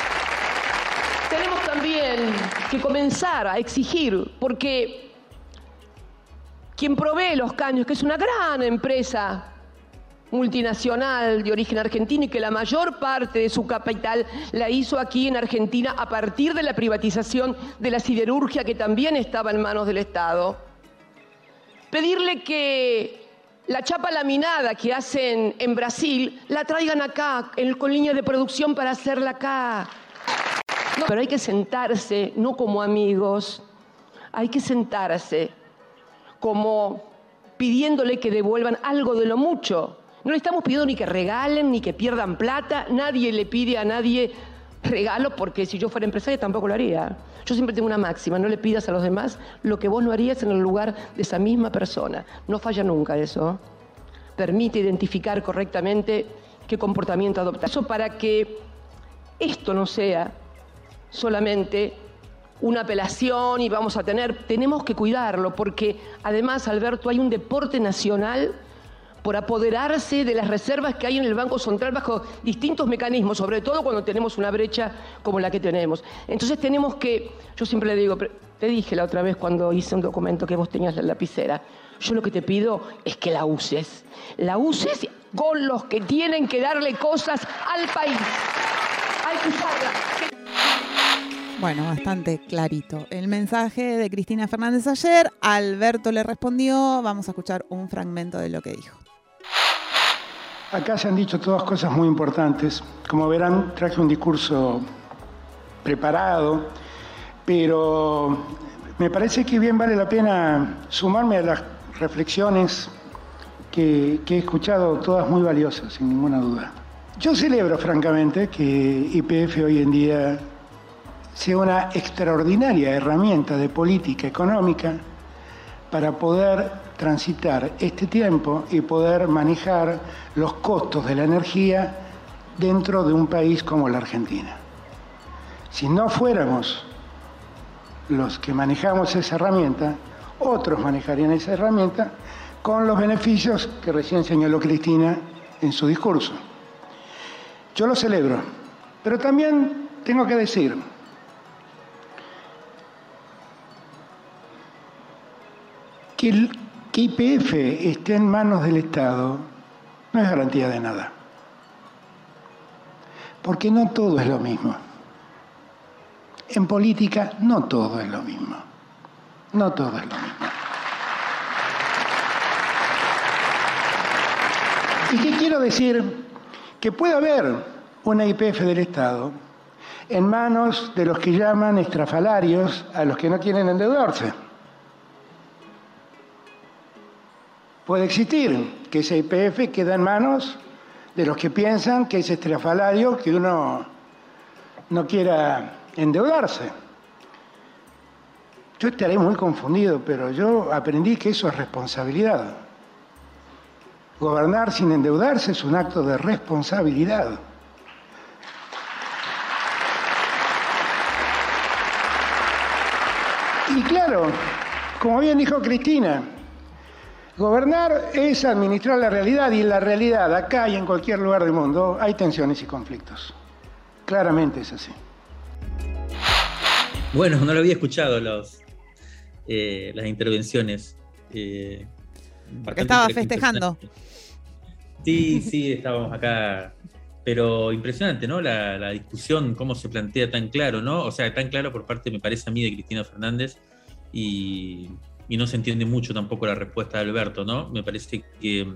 Tenemos también que comenzar a exigir, porque quien provee los caños, que es una gran empresa multinacional de origen argentino y que la mayor parte de su capital la hizo aquí en Argentina a partir de la privatización de la siderurgia que también estaba en manos del Estado. Pedirle que la chapa laminada que hacen en Brasil la traigan acá en, con línea de producción para hacerla acá. No, pero hay que sentarse, no como amigos, hay que sentarse como pidiéndole que devuelvan algo de lo mucho. No le estamos pidiendo ni que regalen, ni que pierdan plata. Nadie le pide a nadie regalo, porque si yo fuera empresaria tampoco lo haría. Yo siempre tengo una máxima: no le pidas a los demás lo que vos no harías en el lugar de esa misma persona. No falla nunca eso. Permite identificar correctamente qué comportamiento adoptar. Eso para que esto no sea solamente una apelación y vamos a tener, tenemos que cuidarlo, porque además, Alberto, hay un deporte nacional por apoderarse de las reservas que hay en el Banco Central bajo distintos mecanismos, sobre todo cuando tenemos una brecha como la que tenemos. Entonces tenemos que, yo siempre le digo, te dije la otra vez cuando hice un documento que vos tenías la lapicera, yo lo que te pido es que la uses, la uses con los que tienen que darle cosas al país. Hay que usarla. Bueno, bastante clarito el mensaje de Cristina Fernández ayer. Alberto le respondió. Vamos a escuchar un fragmento de lo que dijo. Acá se han dicho todas cosas muy importantes. Como verán, traje un discurso preparado, pero me parece que bien vale la pena sumarme a las reflexiones que, que he escuchado, todas muy valiosas, sin ninguna duda. Yo celebro, francamente, que Y P F hoy en día sea una extraordinaria herramienta de política económica para poder transitar este tiempo y poder manejar los costos de la energía dentro de un país como la Argentina. Si no fuéramos los que manejamos esa herramienta, otros manejarían esa herramienta con los beneficios que recién señaló Cristina en su discurso. Yo lo celebro, pero también tengo que decir que el que Y P F esté en manos del Estado no es garantía de nada, porque no todo es lo mismo. En política no todo es lo mismo, no todo es lo mismo. ¿Y qué quiero decir? Que puede haber una Y P F del Estado en manos de los que llaman estrafalarios a los que no quieren endeudarse. Puede existir que esa Y P F queda en manos de los que piensan que es estrafalario que uno no quiera endeudarse. Yo estaré muy confundido, pero yo aprendí que eso es responsabilidad. Gobernar sin endeudarse es un acto de responsabilidad. Y claro, como bien dijo Cristina, gobernar es administrar la realidad, y en la realidad, acá y en cualquier lugar del mundo, hay tensiones y conflictos. Claramente es así. Bueno, no lo había escuchado los, eh, las intervenciones. Eh, Porque estaba festejando. Sí, sí, estábamos acá. Pero impresionante, ¿no? La, la discusión, cómo se plantea tan claro, ¿no? O sea, tan claro por parte, me parece a mí, de Cristina Fernández, y, y no se entiende mucho tampoco la respuesta de Alberto, ¿no? Me parece que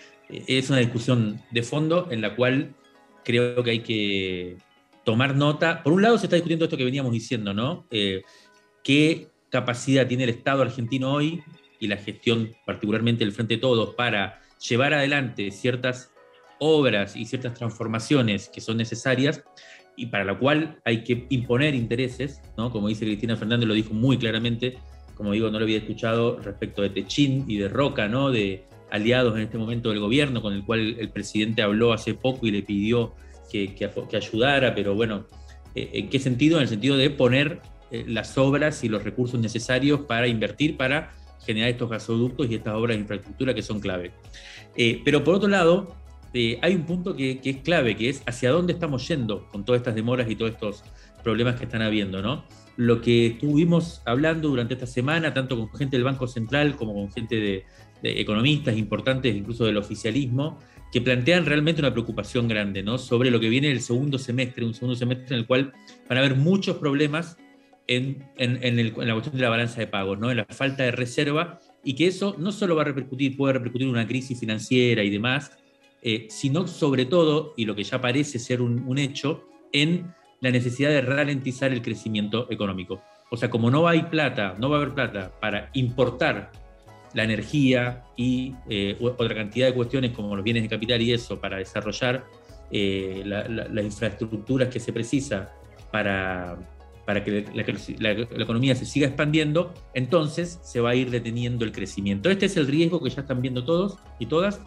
es una discusión de fondo en la cual creo que hay que tomar nota. Por un lado se está discutiendo esto que veníamos diciendo, ¿no? Eh, ¿Qué capacidad tiene el Estado argentino hoy y la gestión, particularmente del Frente de Todos, para llevar adelante ciertas obras y ciertas transformaciones que son necesarias y para la cual hay que imponer intereses, ¿no? Como dice Cristina Fernández, lo dijo muy claramente, como digo, no lo había escuchado respecto de Techín y de Roca, ¿no? De aliados en este momento del gobierno, con el cual el presidente habló hace poco y le pidió que, que, que ayudara, pero bueno, ¿en qué sentido? En el sentido de poner eh, las obras y los recursos necesarios para invertir, para generar estos gasoductos y estas obras de infraestructura que son clave. Eh, pero por otro lado, eh, hay un punto que, que es clave, que es hacia dónde estamos yendo con todas estas demoras y todos estos problemas que están habiendo, ¿no? Lo que estuvimos hablando durante esta semana, tanto con gente del Banco Central como con gente de, de economistas importantes, incluso del oficialismo, que plantean realmente una preocupación grande, ¿no? Sobre lo que viene el segundo semestre, un segundo semestre en el cual van a haber muchos problemas en, en, en, el, en la cuestión de la balanza de pagos, ¿no? En la falta de reserva, y que eso no solo va a repercutir, puede repercutir en una crisis financiera y demás, eh, sino sobre todo, y lo que ya parece ser un, un hecho, en la necesidad de ralentizar el crecimiento económico. O sea, como no hay plata, no va a haber plata para importar la energía y eh, otra cantidad de cuestiones como los bienes de capital y eso, para desarrollar eh, la, la, las infraestructuras que se precisa para, para que la, la, la economía se siga expandiendo, entonces se va a ir deteniendo el crecimiento. Este es el riesgo que ya están viendo todos y todas,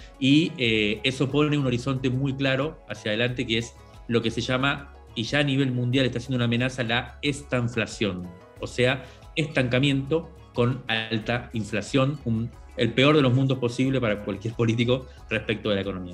y eh, eso pone un horizonte muy claro hacia adelante, que es lo que se llama, y ya a nivel mundial está siendo una amenaza, la estanflación, o sea, estancamiento con alta inflación, un, el peor de los mundos posible para cualquier político respecto de la economía.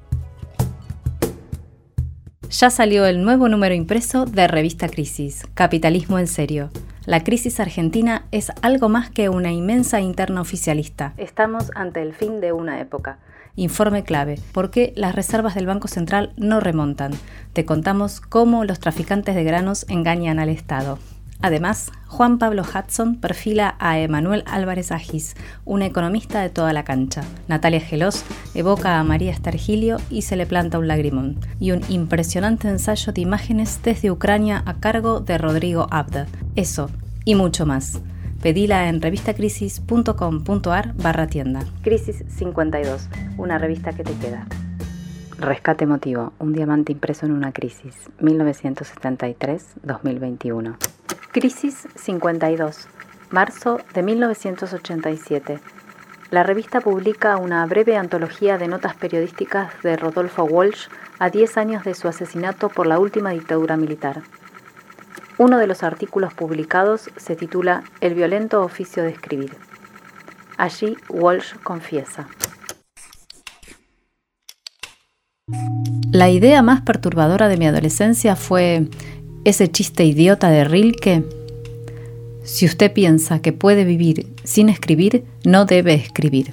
Ya salió el nuevo número impreso de Revista Crisis, Capitalismo en Serio. La crisis argentina es algo más que una inmensa interna oficialista. Estamos ante el fin de una época. Informe clave, ¿por qué las reservas del Banco Central no remontan? Te contamos cómo los traficantes de granos engañan al Estado. Además, Juan Pablo Hudson perfila a Emanuel Álvarez Agis, una economista de toda la cancha. Natalia Gelos evoca a María Estergilio y se le planta un lagrimón. Y un impresionante ensayo de imágenes desde Ucrania a cargo de Rodrigo Abd. Eso y mucho más. Pedila en revistacrisis punto com punto ar barra tienda. Crisis cincuenta y dos, una revista que te queda. Rescate emotivo, un diamante impreso en una crisis, mil novecientos setenta y tres a dos mil veintiuno. Crisis cincuenta y dos, marzo de mil novecientos ochenta y siete. La revista publica una breve antología de notas periodísticas de Rodolfo Walsh a diez años de su asesinato por la última dictadura militar. Uno de los artículos publicados se titula El violento oficio de escribir. Allí Walsh confiesa: la idea más perturbadora de mi adolescencia fue ese chiste idiota de Rilke. Si usted piensa que puede vivir sin escribir, no debe escribir.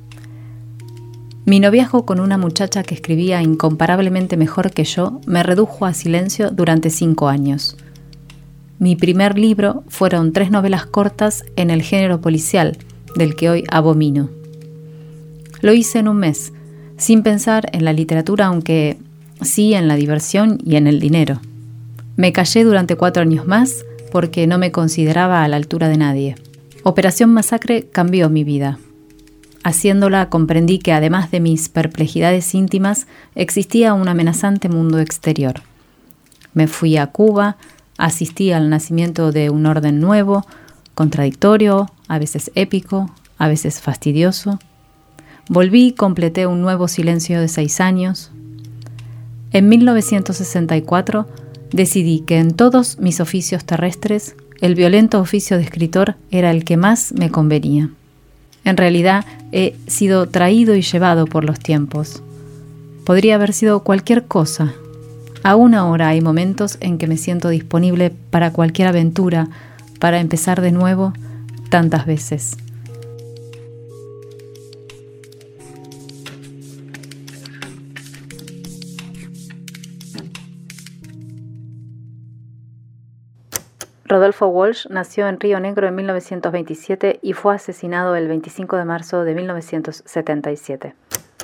Mi noviazgo con una muchacha que escribía incomparablemente mejor que yo me redujo a silencio durante cinco años. Mi primer libro fueron tres novelas cortas en el género policial, del que hoy abomino. Lo hice en un mes, sin pensar en la literatura, aunque sí en la diversión y en el dinero. Me callé durante cuatro años más porque no me consideraba a la altura de nadie. Operación Masacre cambió mi vida. Haciéndola comprendí que además de mis perplejidades íntimas, existía un amenazante mundo exterior. Me fui a Cuba, asistí al nacimiento de un orden nuevo, contradictorio, a veces épico, a veces fastidioso. Volví y completé un nuevo silencio de seis años. En mil novecientos sesenta y cuatro decidí que en todos mis oficios terrestres el violento oficio de escritor era el que más me convenía. En realidad he sido traído y llevado por los tiempos. Podría haber sido cualquier cosa. Aún ahora hay momentos en que me siento disponible para cualquier aventura, para empezar de nuevo tantas veces. Rodolfo Walsh nació en Río Negro en mil novecientos veintisiete y fue asesinado el veinticinco de marzo de mil novecientos setenta y siete.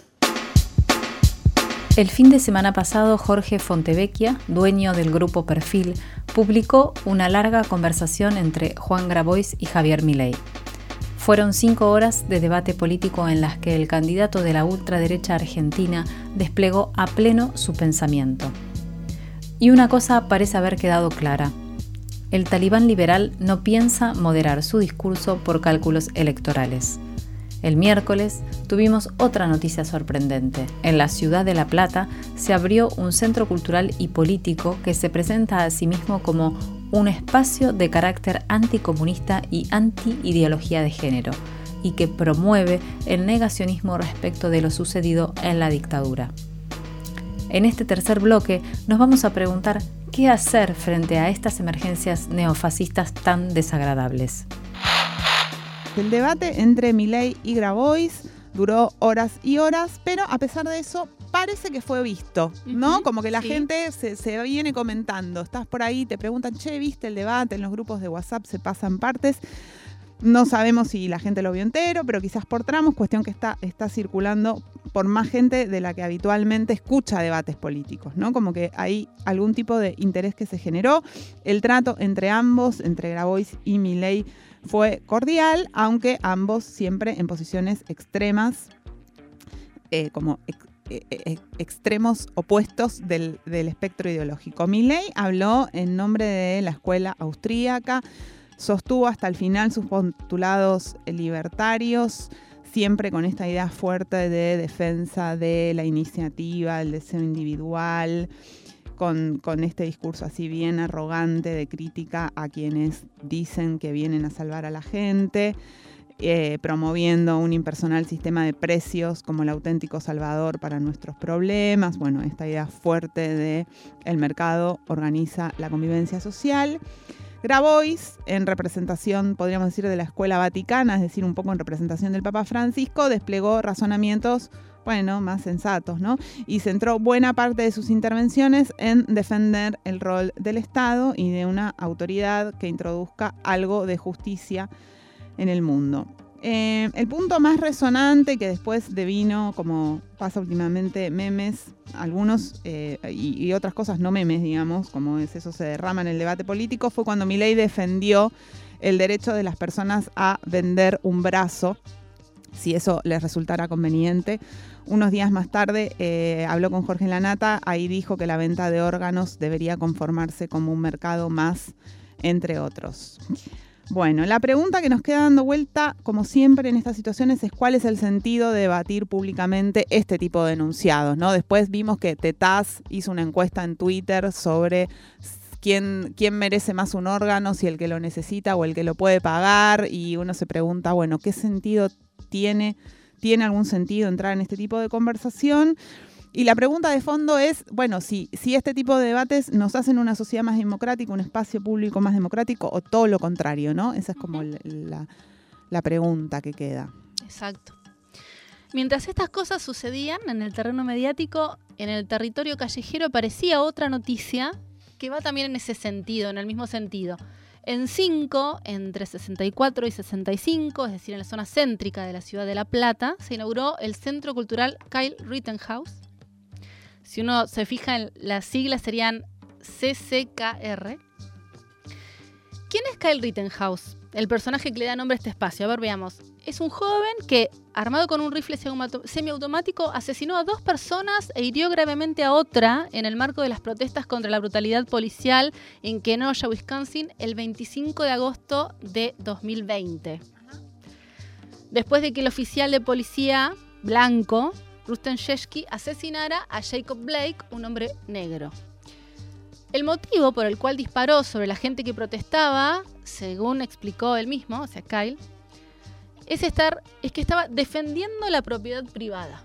El fin de semana pasado, Jorge Fontevecchia, dueño del grupo Perfil, publicó una larga conversación entre Juan Grabois y Javier Milei. Fueron cinco horas de debate político en las que el candidato de la ultraderecha argentina desplegó a pleno su pensamiento. Y una cosa parece haber quedado clara: el talibán liberal no piensa moderar su discurso por cálculos electorales. El miércoles tuvimos otra noticia sorprendente. En la ciudad de La Plata se abrió un centro cultural y político que se presenta a sí mismo como un espacio de carácter anticomunista y anti-ideología de género, y que promueve el negacionismo respecto de lo sucedido en la dictadura. En este tercer bloque nos vamos a preguntar qué hacer frente a estas emergencias neofascistas tan desagradables. El debate entre Milei y Grabois duró horas y horas, pero a pesar de eso parece que fue visto, ¿no? Uh-huh, Como que la sí. gente se, se viene comentando. Estás por ahí, te preguntan, che, ¿viste el debate? En los grupos de WhatsApp se pasan partes. No sabemos si la gente lo vio entero, pero quizás por tramos, cuestión que está, está circulando por más gente de la que habitualmente escucha debates políticos, ¿no? Como que hay algún tipo de interés que se generó. El trato entre ambos, entre Grabois y Milei, fue cordial, aunque ambos siempre en posiciones extremas, eh, como ex, eh, eh, extremos opuestos del, del espectro ideológico. Milei habló en nombre de la escuela austríaca, sostuvo hasta el final sus postulados libertarios, siempre con esta idea fuerte de defensa de la iniciativa, el deseo individual, con, con este discurso así bien arrogante de crítica a quienes dicen que vienen a salvar a la gente, eh, promoviendo un impersonal sistema de precios como el auténtico salvador para nuestros problemas. Bueno, esta idea fuerte de el mercado organiza la convivencia social. Grabois, en representación, podríamos decir, de la Escuela Vaticana, es decir, un poco en representación del Papa Francisco, desplegó razonamientos, bueno, más sensatos, ¿no? Y centró buena parte de sus intervenciones en defender el rol del Estado y de una autoridad que introduzca algo de justicia en el mundo. Eh, el punto más resonante, que después devino, como pasa últimamente, memes, algunos eh, y, y otras cosas no memes, digamos, como es eso se derrama en el debate político, fue cuando Milei defendió el derecho de las personas a vender un brazo si eso les resultara conveniente. Unos días más tarde eh, habló con Jorge Lanata, ahí dijo que la venta de órganos debería conformarse como un mercado más, entre otros. Bueno, la pregunta que nos queda dando vuelta, como siempre en estas situaciones, es cuál es el sentido de debatir públicamente este tipo de enunciados, ¿no? Después vimos que Tetaz hizo una encuesta en Twitter sobre quién, quién merece más un órgano, si el que lo necesita o el que lo puede pagar, y uno se pregunta, bueno, ¿qué sentido tiene, tiene algún sentido entrar en este tipo de conversación? Y la pregunta de fondo es, bueno, si, si este tipo de debates nos hacen una sociedad más democrática, un espacio público más democrático, o todo lo contrario, ¿no? Esa es como la, la, la pregunta que queda. Exacto. Mientras estas cosas sucedían en el terreno mediático, en el territorio callejero aparecía otra noticia que va también en ese sentido, en el mismo sentido. En Cinco, entre sesenta y cuatro y sesenta y cinco, es decir, en la zona céntrica de la ciudad de La Plata, se inauguró el Centro Cultural Kyle Rittenhouse. Si uno se fija en las siglas serían C C K R. ¿Quién es Kyle Rittenhouse? El personaje que le da nombre a este espacio. A ver, veamos. Es un joven que, armado con un rifle semiautomático, asesinó a dos personas e hirió gravemente a otra en el marco de las protestas contra la brutalidad policial en Kenosha, Wisconsin, el veinticinco de agosto de dos mil veinte. Después de que el oficial de policía blanco, Rustem Sheshki, asesinara a Jacob Blake, un hombre negro. El motivo por el cual disparó sobre la gente que protestaba, según explicó él mismo, o sea, Kyle, es, estar, es que estaba defendiendo la propiedad privada.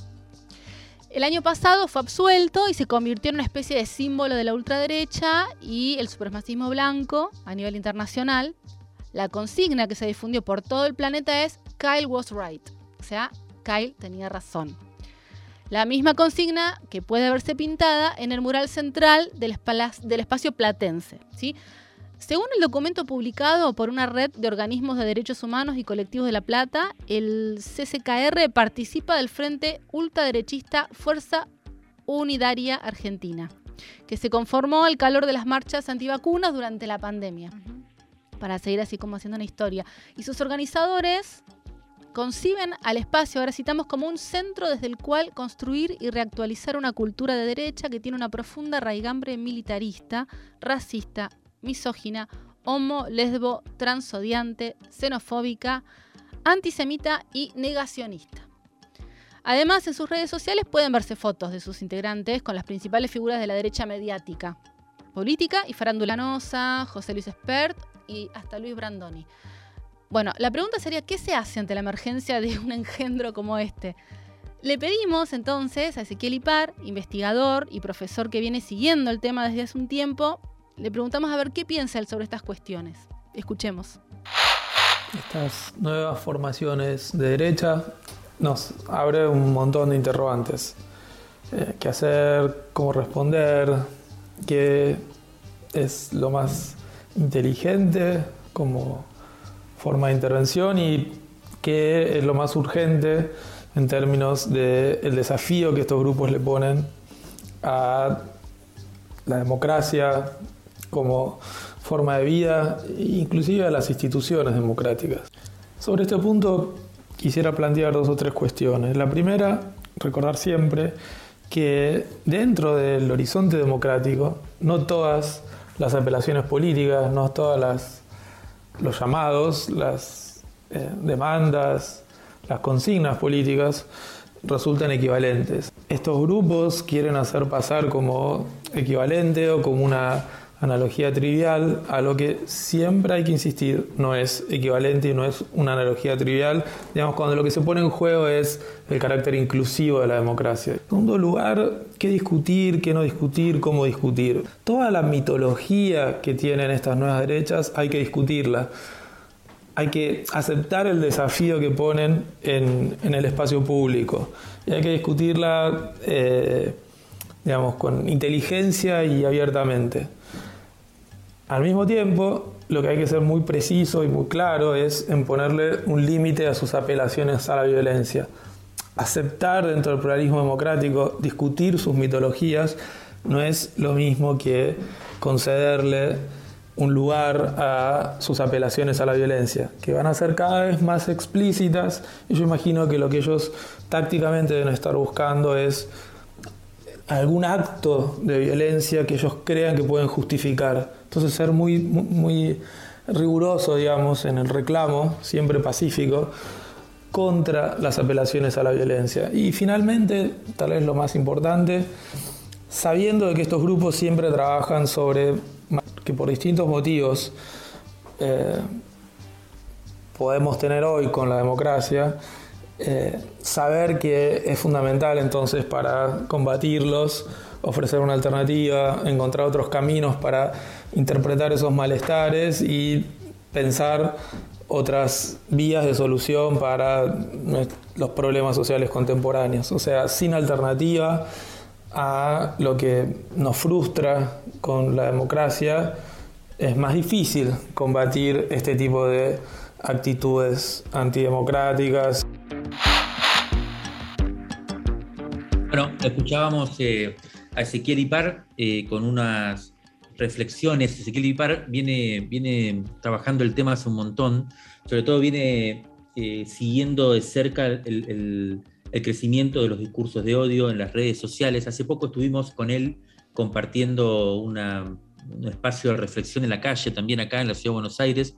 El año pasado fue absuelto y se convirtió en una especie de símbolo de la ultraderecha y el supremacismo blanco a nivel internacional. La consigna que se difundió por todo el planeta es Kyle was right, o sea, Kyle tenía razón. La misma consigna que puede verse pintada en el mural central del, del espacio platense, ¿sí? Según el documento publicado por una red de organismos de derechos humanos y colectivos de La Plata, el C C K R participa del Frente Ultraderechista Fuerza Unidaria Argentina, que se conformó al calor de las marchas antivacunas durante la pandemia, uh-huh. para seguir así como haciendo una historia. Y sus organizadores conciben al espacio, ahora citamos, como un centro desde el cual construir y reactualizar una cultura de derecha que tiene una profunda raigambre militarista, racista, misógina, homo, lesbo, transodiante, xenofóbica, antisemita y negacionista. Además, en sus redes sociales pueden verse fotos de sus integrantes con las principales figuras de la derecha mediática, política y farandulanosa, José Luis Espert y hasta Luis Brandoni. Bueno, la pregunta sería, ¿qué se hace ante la emergencia de un engendro como este? Le pedimos entonces a Ezequiel Ipar, investigador y profesor que viene siguiendo el tema desde hace un tiempo, le preguntamos a ver qué piensa él sobre estas cuestiones. Escuchemos. Estas nuevas formaciones de derecha nos abre un montón de interrogantes. Eh, ¿Qué hacer? ¿Cómo responder? ¿Qué es lo más inteligente como forma de intervención y qué es lo más urgente en términos del desafío que estos grupos le ponen a la democracia como forma de vida, inclusive a las instituciones democráticas? Sobre este punto quisiera plantear dos o tres cuestiones. La primera, recordar siempre que dentro del horizonte democrático no todas las apelaciones políticas, no todas las los llamados, las eh, demandas, las consignas políticas resultan equivalentes. Estos grupos quieren hacer pasar como equivalente o como una analogía trivial a lo que siempre hay que insistir, no es equivalente y no es una analogía trivial, digamos, cuando lo que se pone en juego es el carácter inclusivo de la democracia. En segundo lugar, qué discutir, qué no discutir, cómo discutir. Toda la mitología que tienen estas nuevas derechas hay que discutirla. Hay que aceptar el desafío que ponen en, en el espacio público y hay que discutirla eh, digamos, con inteligencia y abiertamente. Al mismo tiempo, lo que hay que ser muy preciso y muy claro es en ponerle un límite a sus apelaciones a la violencia. Aceptar dentro del pluralismo democrático, discutir sus mitologías, no es lo mismo que concederle un lugar a sus apelaciones a la violencia, que van a ser cada vez más explícitas, y yo imagino que lo que ellos tácticamente deben estar buscando es algún acto de violencia que ellos crean que pueden justificar. Entonces ser muy, muy, muy riguroso, digamos, en el reclamo, siempre pacífico, contra las apelaciones a la violencia. Y finalmente, tal vez lo más importante, sabiendo de que estos grupos siempre trabajan sobre que por distintos motivos eh, podemos tener hoy con la democracia, eh, saber que es fundamental entonces para combatirlos, ofrecer una alternativa, encontrar otros caminos para interpretar esos malestares y pensar otras vías de solución para los problemas sociales contemporáneos. O sea, sin alternativa a lo que nos frustra con la democracia, es más difícil combatir este tipo de actitudes antidemocráticas. Bueno, escuchábamos eh, a Ezequiel Ipar eh, con unas reflexiones. Ezequiel Ipar viene, viene trabajando el tema hace un montón, sobre todo viene eh, siguiendo de cerca el, el, el crecimiento de los discursos de odio en las redes sociales. Hace poco estuvimos con él compartiendo una, un espacio de reflexión en la calle, también acá en la Ciudad de Buenos Aires,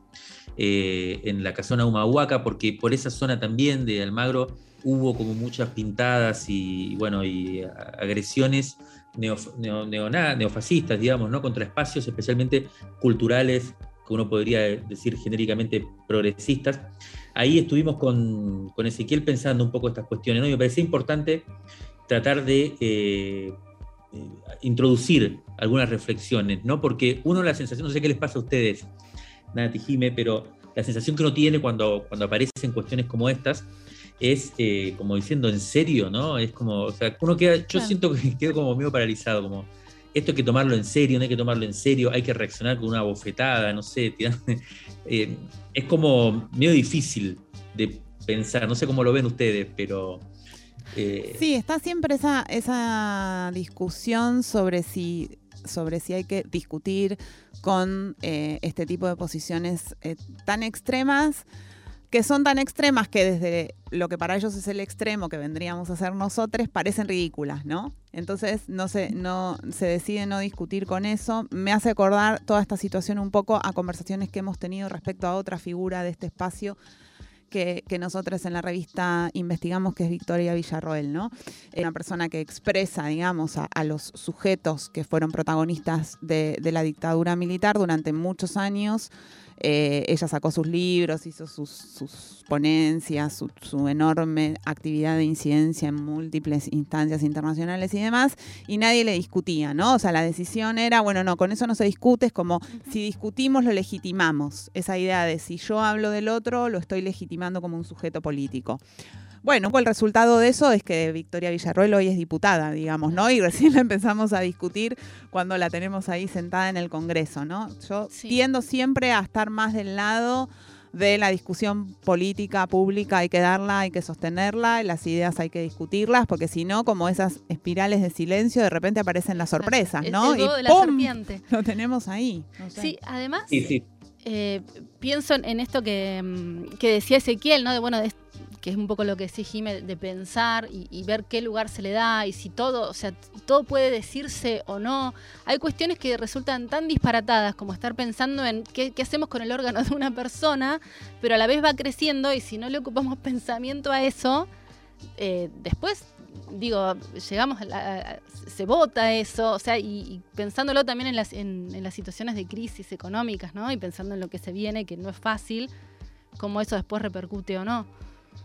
eh, en la casona Humahuaca, porque por esa zona también de Almagro hubo como muchas pintadas y, bueno, y agresiones neof, neo, neona, neofascistas, digamos, ¿no? Contra espacios especialmente culturales, que uno podría decir genéricamente progresistas. Ahí estuvimos con, con Ezequiel pensando un poco estas cuestiones, ¿no? Y me parecía importante tratar de eh, eh, introducir algunas reflexiones, ¿no? Porque uno la sensación, no sé qué les pasa a ustedes, Nati, Jime, pero la sensación que uno tiene cuando, cuando aparecen cuestiones como estas es eh, como diciendo, ¿en serio? ¿No? Es como, o sea, uno queda, yo claro. siento que quedo como medio paralizado, como esto hay que tomarlo en serio, no hay que tomarlo en serio, hay que reaccionar con una bofetada, no sé, tirar, eh, es como medio difícil de pensar, no sé cómo lo ven ustedes, pero... Eh... Sí, está siempre esa, esa discusión sobre si, sobre si hay que discutir con eh, este tipo de posiciones eh, tan extremas, que son tan extremas que desde lo que para ellos es el extremo que vendríamos a hacer nosotros, parecen ridículas, ¿no? Entonces no se, no, se decide no discutir con eso. Me hace acordar toda esta situación un poco a conversaciones que hemos tenido respecto a otra figura de este espacio que, que nosotros en la revista investigamos, que es Victoria Villarroel, ¿no? Una persona que expresa, digamos, a, a los sujetos que fueron protagonistas de, de la dictadura militar durante muchos años. Eh, ella sacó sus libros, hizo sus, sus ponencias, su, su enorme actividad de incidencia en múltiples instancias internacionales y demás, y nadie le discutía, ¿no? O sea, la decisión era, bueno, no, con eso no se discute, es como si discutimos lo legitimamos, esa idea de si yo hablo del otro, lo estoy legitimando como un sujeto político. Bueno, el resultado de eso es que Victoria Villarroel hoy es diputada, digamos, ¿no? Y recién la empezamos a discutir cuando la tenemos ahí sentada en el Congreso, ¿no? Yo sí. tiendo siempre a estar más del lado de la discusión política, pública, hay que darla, hay que sostenerla, las ideas hay que discutirlas, porque si no, como esas espirales de silencio, de repente aparecen las sorpresas, ¿no? El huevo y de la ¡pum! serpiente. Lo tenemos ahí. No sé. Sí, además, sí, sí. Eh, pienso en esto que, que decía Ezequiel, ¿no? De, bueno, de, que es un poco lo que decía Jime, de pensar y, y ver qué lugar se le da y si todo, o sea, todo puede decirse o no. Hay cuestiones que resultan tan disparatadas como estar pensando en qué, qué hacemos con el órgano de una persona, pero a la vez va creciendo y si no le ocupamos pensamiento a eso, eh, después, digo, llegamos a la, a, se vota eso, o sea, y, y pensándolo también en las, en, en las situaciones de crisis económicas, ¿no? Y pensando en lo que se viene, que no es fácil, cómo eso después repercute o no.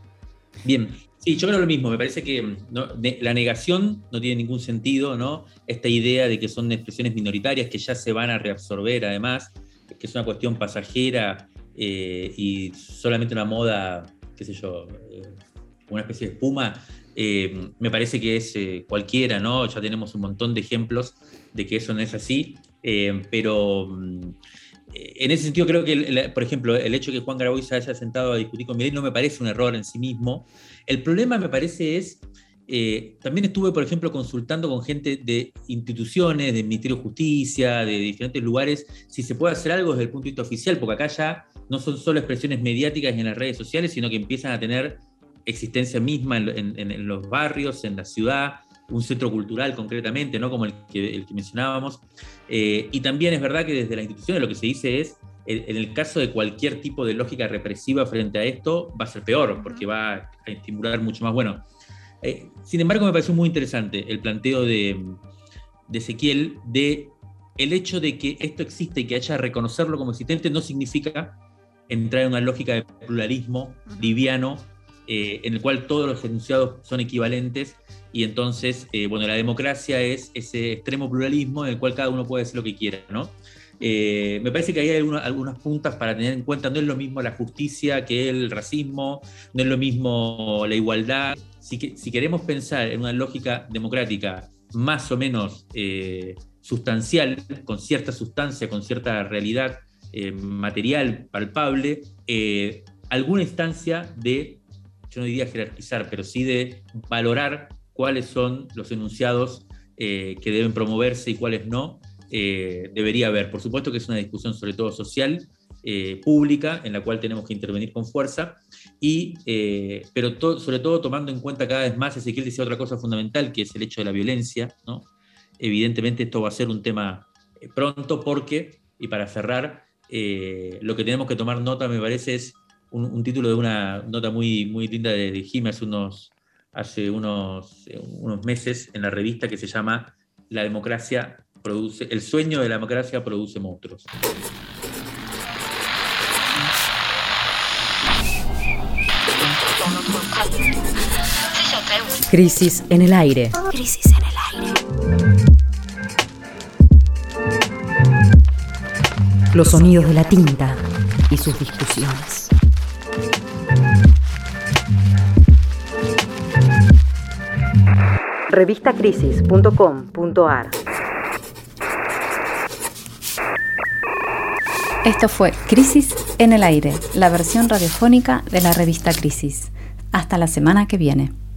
Bien, sí, yo creo lo mismo, me parece que no, ne, la negación no tiene ningún sentido, ¿no? Esta idea de que son expresiones minoritarias que ya se van a reabsorber además, que es una cuestión pasajera eh, y solamente una moda, qué sé yo, eh, una especie de espuma, eh, me parece que es eh, cualquiera, ¿no? Ya tenemos un montón de ejemplos de que eso no es así, eh, pero... En ese sentido creo que, el, por ejemplo, el hecho de que Juan Grabois se haya sentado a discutir con Milei no me parece un error en sí mismo. El problema me parece es Eh, también estuve, por ejemplo, consultando con gente de instituciones, del Ministerio de Justicia, de diferentes lugares, si se puede hacer algo desde el punto de vista oficial, porque acá ya no son solo expresiones mediáticas y en las redes sociales, sino que empiezan a tener existencia misma en, en, en los barrios, en la ciudad, un centro cultural concretamente, ¿no? Como el que, el que mencionábamos. Eh, y también es verdad que desde las instituciones lo que se dice es, en el caso de cualquier tipo de lógica represiva frente a esto, va a ser peor, porque va a estimular mucho más. Bueno, eh, sin embargo, me pareció muy interesante el planteo de, de Ezequiel, de el hecho de que esto existe y que haya que reconocerlo como existente no significa entrar en una lógica de pluralismo liviano, eh, en el cual todos los enunciados son equivalentes, y entonces, eh, bueno, la democracia es ese extremo pluralismo en el cual cada uno puede decir lo que quiera, ¿no? Eh, me parece que hay alguna, algunas puntas para tener en cuenta. No es lo mismo la justicia que el racismo, no es lo mismo la igualdad. Si, que, si queremos pensar en una lógica democrática más o menos eh, sustancial, con cierta sustancia, con cierta realidad eh, material, palpable, eh, alguna instancia de, yo no diría jerarquizar, pero sí de valorar cuáles son los enunciados eh, que deben promoverse y cuáles no, Eh, debería haber. Por supuesto que es una discusión sobre todo social, eh, pública, en la cual tenemos que intervenir con fuerza, y, eh, pero to- sobre todo tomando en cuenta cada vez más, Ezequiel decía otra cosa fundamental, que es el hecho de la violencia, ¿no? Evidentemente esto va a ser un tema eh, pronto, porque, y para cerrar, eh, lo que tenemos que tomar nota, me parece, es un, un título de una nota muy, muy linda de, de Jimé hace unos, hace unos, eh, unos meses en la revista, que se llama La democracia produce, el sueño de la democracia produce monstruos. Crisis en el aire. Crisis en el aire. Los sonidos de la tinta y sus discusiones. revista crisis punto com punto a r. Esto fue Crisis en el aire, la versión radiofónica de la revista Crisis. Hasta la semana que viene.